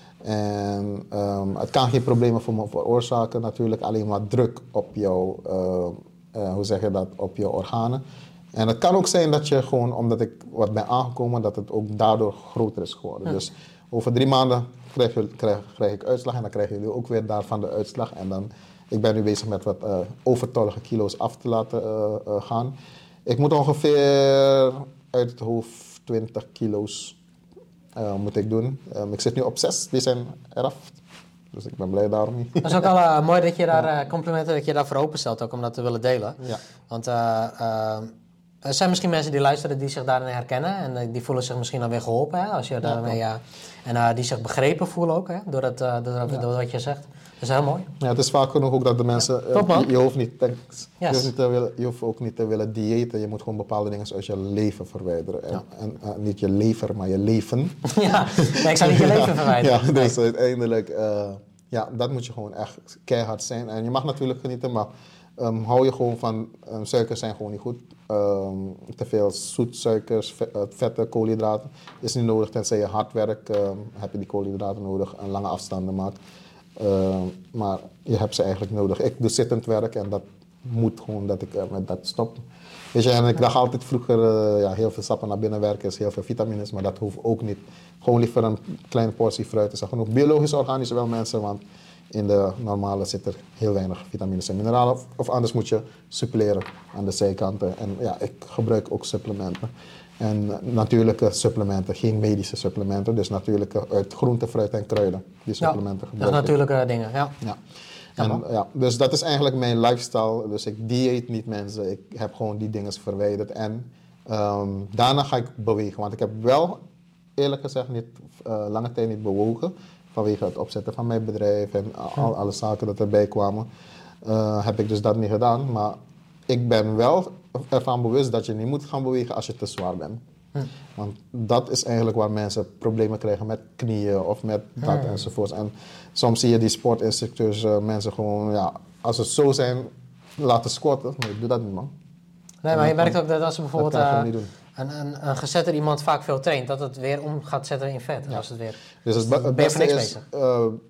En um, het kan geen problemen voor me veroorzaken, natuurlijk alleen maar druk op jouw, uh, uh, hoe zeg je dat, op jouw organen. En het kan ook zijn dat je gewoon, omdat ik wat ben aangekomen, dat het ook daardoor groter is geworden. Ja. Dus over drie maanden krijg, je, krijg, krijg ik uitslag en dan krijgen jullie ook weer daarvan de uitslag. En dan, ik ben nu bezig met wat uh, overtollige kilo's af te laten uh, uh, gaan. Ik moet ongeveer uit het hoofd twintig kilo's Uh, moet ik doen. Um, ik zit nu op zes, die zijn eraf. Dus ik ben blij daarom niet. Het is ook al uh, mooi dat je daar uh, complimenten dat je daarvoor openstelt, ook om dat te willen delen. Ja. Want uh, uh, er zijn misschien mensen die luisteren die zich daarin herkennen en uh, die voelen zich misschien dan weer geholpen, hè, als je ja, daarmee, uh, en uh, die zich begrepen voelen ook, hè, door, dat, uh, door, ja. door wat je zegt. Dat is heel mooi. Ja, het is vaak genoeg ook dat de mensen... Ja, top, uh, je, je, hoeft niet, thanks, yes. je, hoeft niet te willen, je hoeft ook niet te willen diëten. Je moet gewoon bepaalde dingen uit je leven verwijderen. En, ja. en uh, niet je lever, maar je leven. Ja, nee, ik zou niet je leven verwijderen. Ja, dus nee. uiteindelijk... Uh, ja, dat moet je gewoon echt keihard zijn. En je mag natuurlijk genieten, maar um, hou je gewoon van... Um, suikers zijn gewoon niet goed. Um, te veel zoetsuikers, vet, uh, vetten, koolhydraten is niet nodig. Tenzij je hard werkt, um, heb je die koolhydraten nodig en lange afstanden maakt. Uh, maar je hebt ze eigenlijk nodig. Ik doe zittend werk en dat moet gewoon dat ik uh, met dat stop. Weet je, en ik dacht altijd vroeger, uh, ja, heel veel sappen naar binnen werken is heel veel vitamines, maar dat hoeft ook niet. Gewoon liever een kleine portie fruit is er genoeg. Biologisch organisch wel mensen, want in de normale zit er heel weinig vitamines en mineralen. Of, of anders moet je suppleren aan de zijkanten. En ja, ik gebruik ook supplementen. En natuurlijke supplementen, geen medische supplementen. Dus natuurlijke uit groente, fruit en kruiden. Die supplementen ja, gebruik ik. Natuurlijke dingen, ja. ja. En, ja, dus dat is eigenlijk mijn lifestyle. Dus ik dieet niet mensen. Ik heb gewoon die dingen verwijderd. En um, daarna ga ik bewegen. Want ik heb wel, eerlijk gezegd, niet, uh, lange tijd niet bewogen. Vanwege het opzetten van mijn bedrijf en al, alle zaken dat erbij kwamen. Uh, heb ik dus dat niet gedaan. Maar ik ben wel ervan bewust dat je niet moet gaan bewegen als je te zwaar bent. Hm. Want dat is eigenlijk waar mensen problemen krijgen met knieën of met dat hm. enzovoort. En soms zie je die sportinstructeurs uh, mensen gewoon, ja, als ze zo zijn, laten squatten. Nee, doe dat niet, man. Nee, maar je merkt ook dat als ze bijvoorbeeld uh, een, een, een gezetter iemand vaak veel traint, dat het weer om gaat zetten in vet. Ja. Als het weer, dus het, het ben je voor niks is, uh,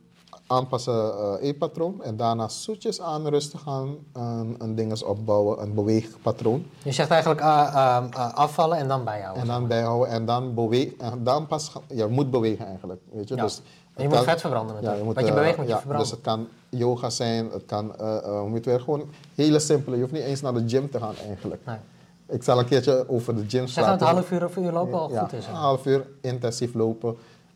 aanpassen uh, eetpatroon. En daarna zoetjes aan rustig aan een, een dinges opbouwen, een beweegpatroon. Je zegt eigenlijk uh, uh, uh, afvallen en dan bijhouden. En dan bijhouden en dan bewegen. En dan pas, je moet bewegen eigenlijk. Weet je? Ja. Dus en je moet vet verbranden natuurlijk. Ja, je moet, Wat je beweegt moet uh, je ja, verbranden. Dus het kan yoga zijn, het kan, uh, uh, hoe moet je weer, gewoon hele simpele. Je hoeft niet eens naar de gym te gaan eigenlijk. Nee. Ik zal een keertje over de gym Zeg dat een half uur of een uur lopen al ja, goed is. Hè? Een half uur intensief lopen,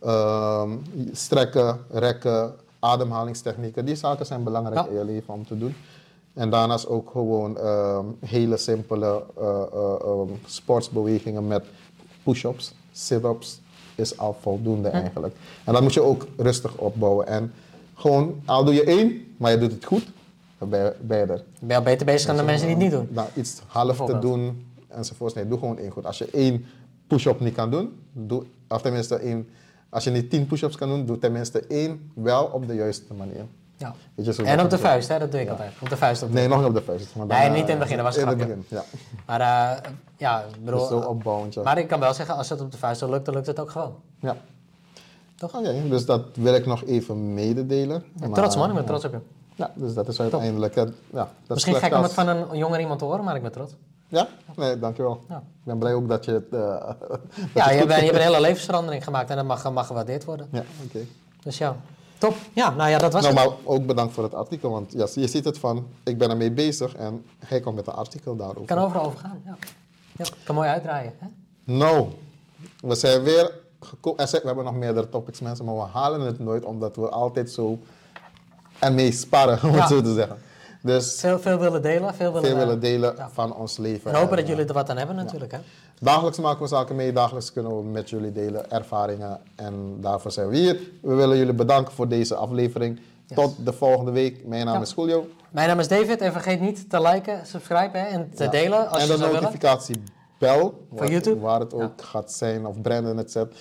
um, strekken, rekken, ademhalingstechnieken. Die zaken zijn belangrijk ja. in je leven om te doen. En daarnaast ook gewoon um, hele simpele uh, uh, um, sportsbewegingen met push-ups, sit-ups is al voldoende hm. eigenlijk. En dat moet je ook rustig opbouwen. En gewoon, al doe je één, maar je doet het goed, dan ben je, ben je er. Ben je al beter bezig dan de mensen die het niet doen? Nou, iets half te doen enzovoorts. Nee, doe gewoon één goed. Als je één push-up niet kan doen, doe, of tenminste één, als je niet tien push-ups kan doen, doe tenminste één wel op de juiste manier. Ja. Weet je, zo en op de vuist, hè? Dat doe ik ja. altijd. Op de vuist. Op de nee, nog niet op de vuist. Maar dan, nee, niet in het begin, dat was het in het begin, ja. Maar uh, ja, ik bedoel... Dus zo opbouwend, ja. Maar ik kan wel zeggen, als het op de vuist lukt, dan lukt het ook gewoon. Ja. Toch? Oké, okay, dus dat wil ik nog even mededelen. Ja, maar, trots man, ik ben trots op je. Ja, dus dat is uiteindelijk... Ja, dat Misschien is gek om het van een jonger iemand te horen, maar ik ben trots. Ja? Nee, dankjewel. Ja. Ik ben blij ook dat je het... Uh, dat ja, je, je, bent, je hebt een hele levensverandering gemaakt en dat mag, mag gewaardeerd worden. Ja, oké. Okay. Dus ja, top. Ja, nou ja, dat was nou, het. Maar ook bedankt voor het artikel, want ja, je ziet het van, ik ben ermee bezig en hij komt met een artikel daarover. Ik kan overal over gaan, ja. Ja, ik kan mooi uitdraaien, hè? Nou, we zijn weer gekomen. We hebben nog meerdere topics, mensen, maar we halen het nooit omdat we altijd zo ermee sparren, om ja. het zo te zeggen. Dus veel, veel willen delen, veel willen, veel willen delen ja. van ons leven. En hopen en, dat jullie er wat aan hebben natuurlijk. Ja. Hè? Dagelijks maken we zaken mee, dagelijks kunnen we met jullie delen ervaringen en daarvoor zijn we hier. We willen jullie bedanken voor deze aflevering. Yes. Tot de volgende week. Mijn naam ja. is Julio. Mijn naam is David en vergeet niet te liken, subscriben en te ja. delen als en je de notificatiebel, voor YouTube, waar het ook ja. gaat zijn of Brandon het zet.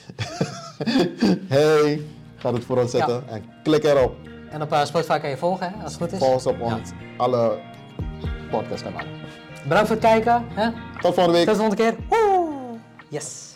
Hey, gaat het voor ons zetten ja. en klik erop. En op uh, Spotify kan je volgen, hè, als het goed is. Volg ons op ja. ons alle podcastkanalen. Bedankt voor het kijken. Hè? Tot volgende week. Tot de volgende keer. Woe! Yes.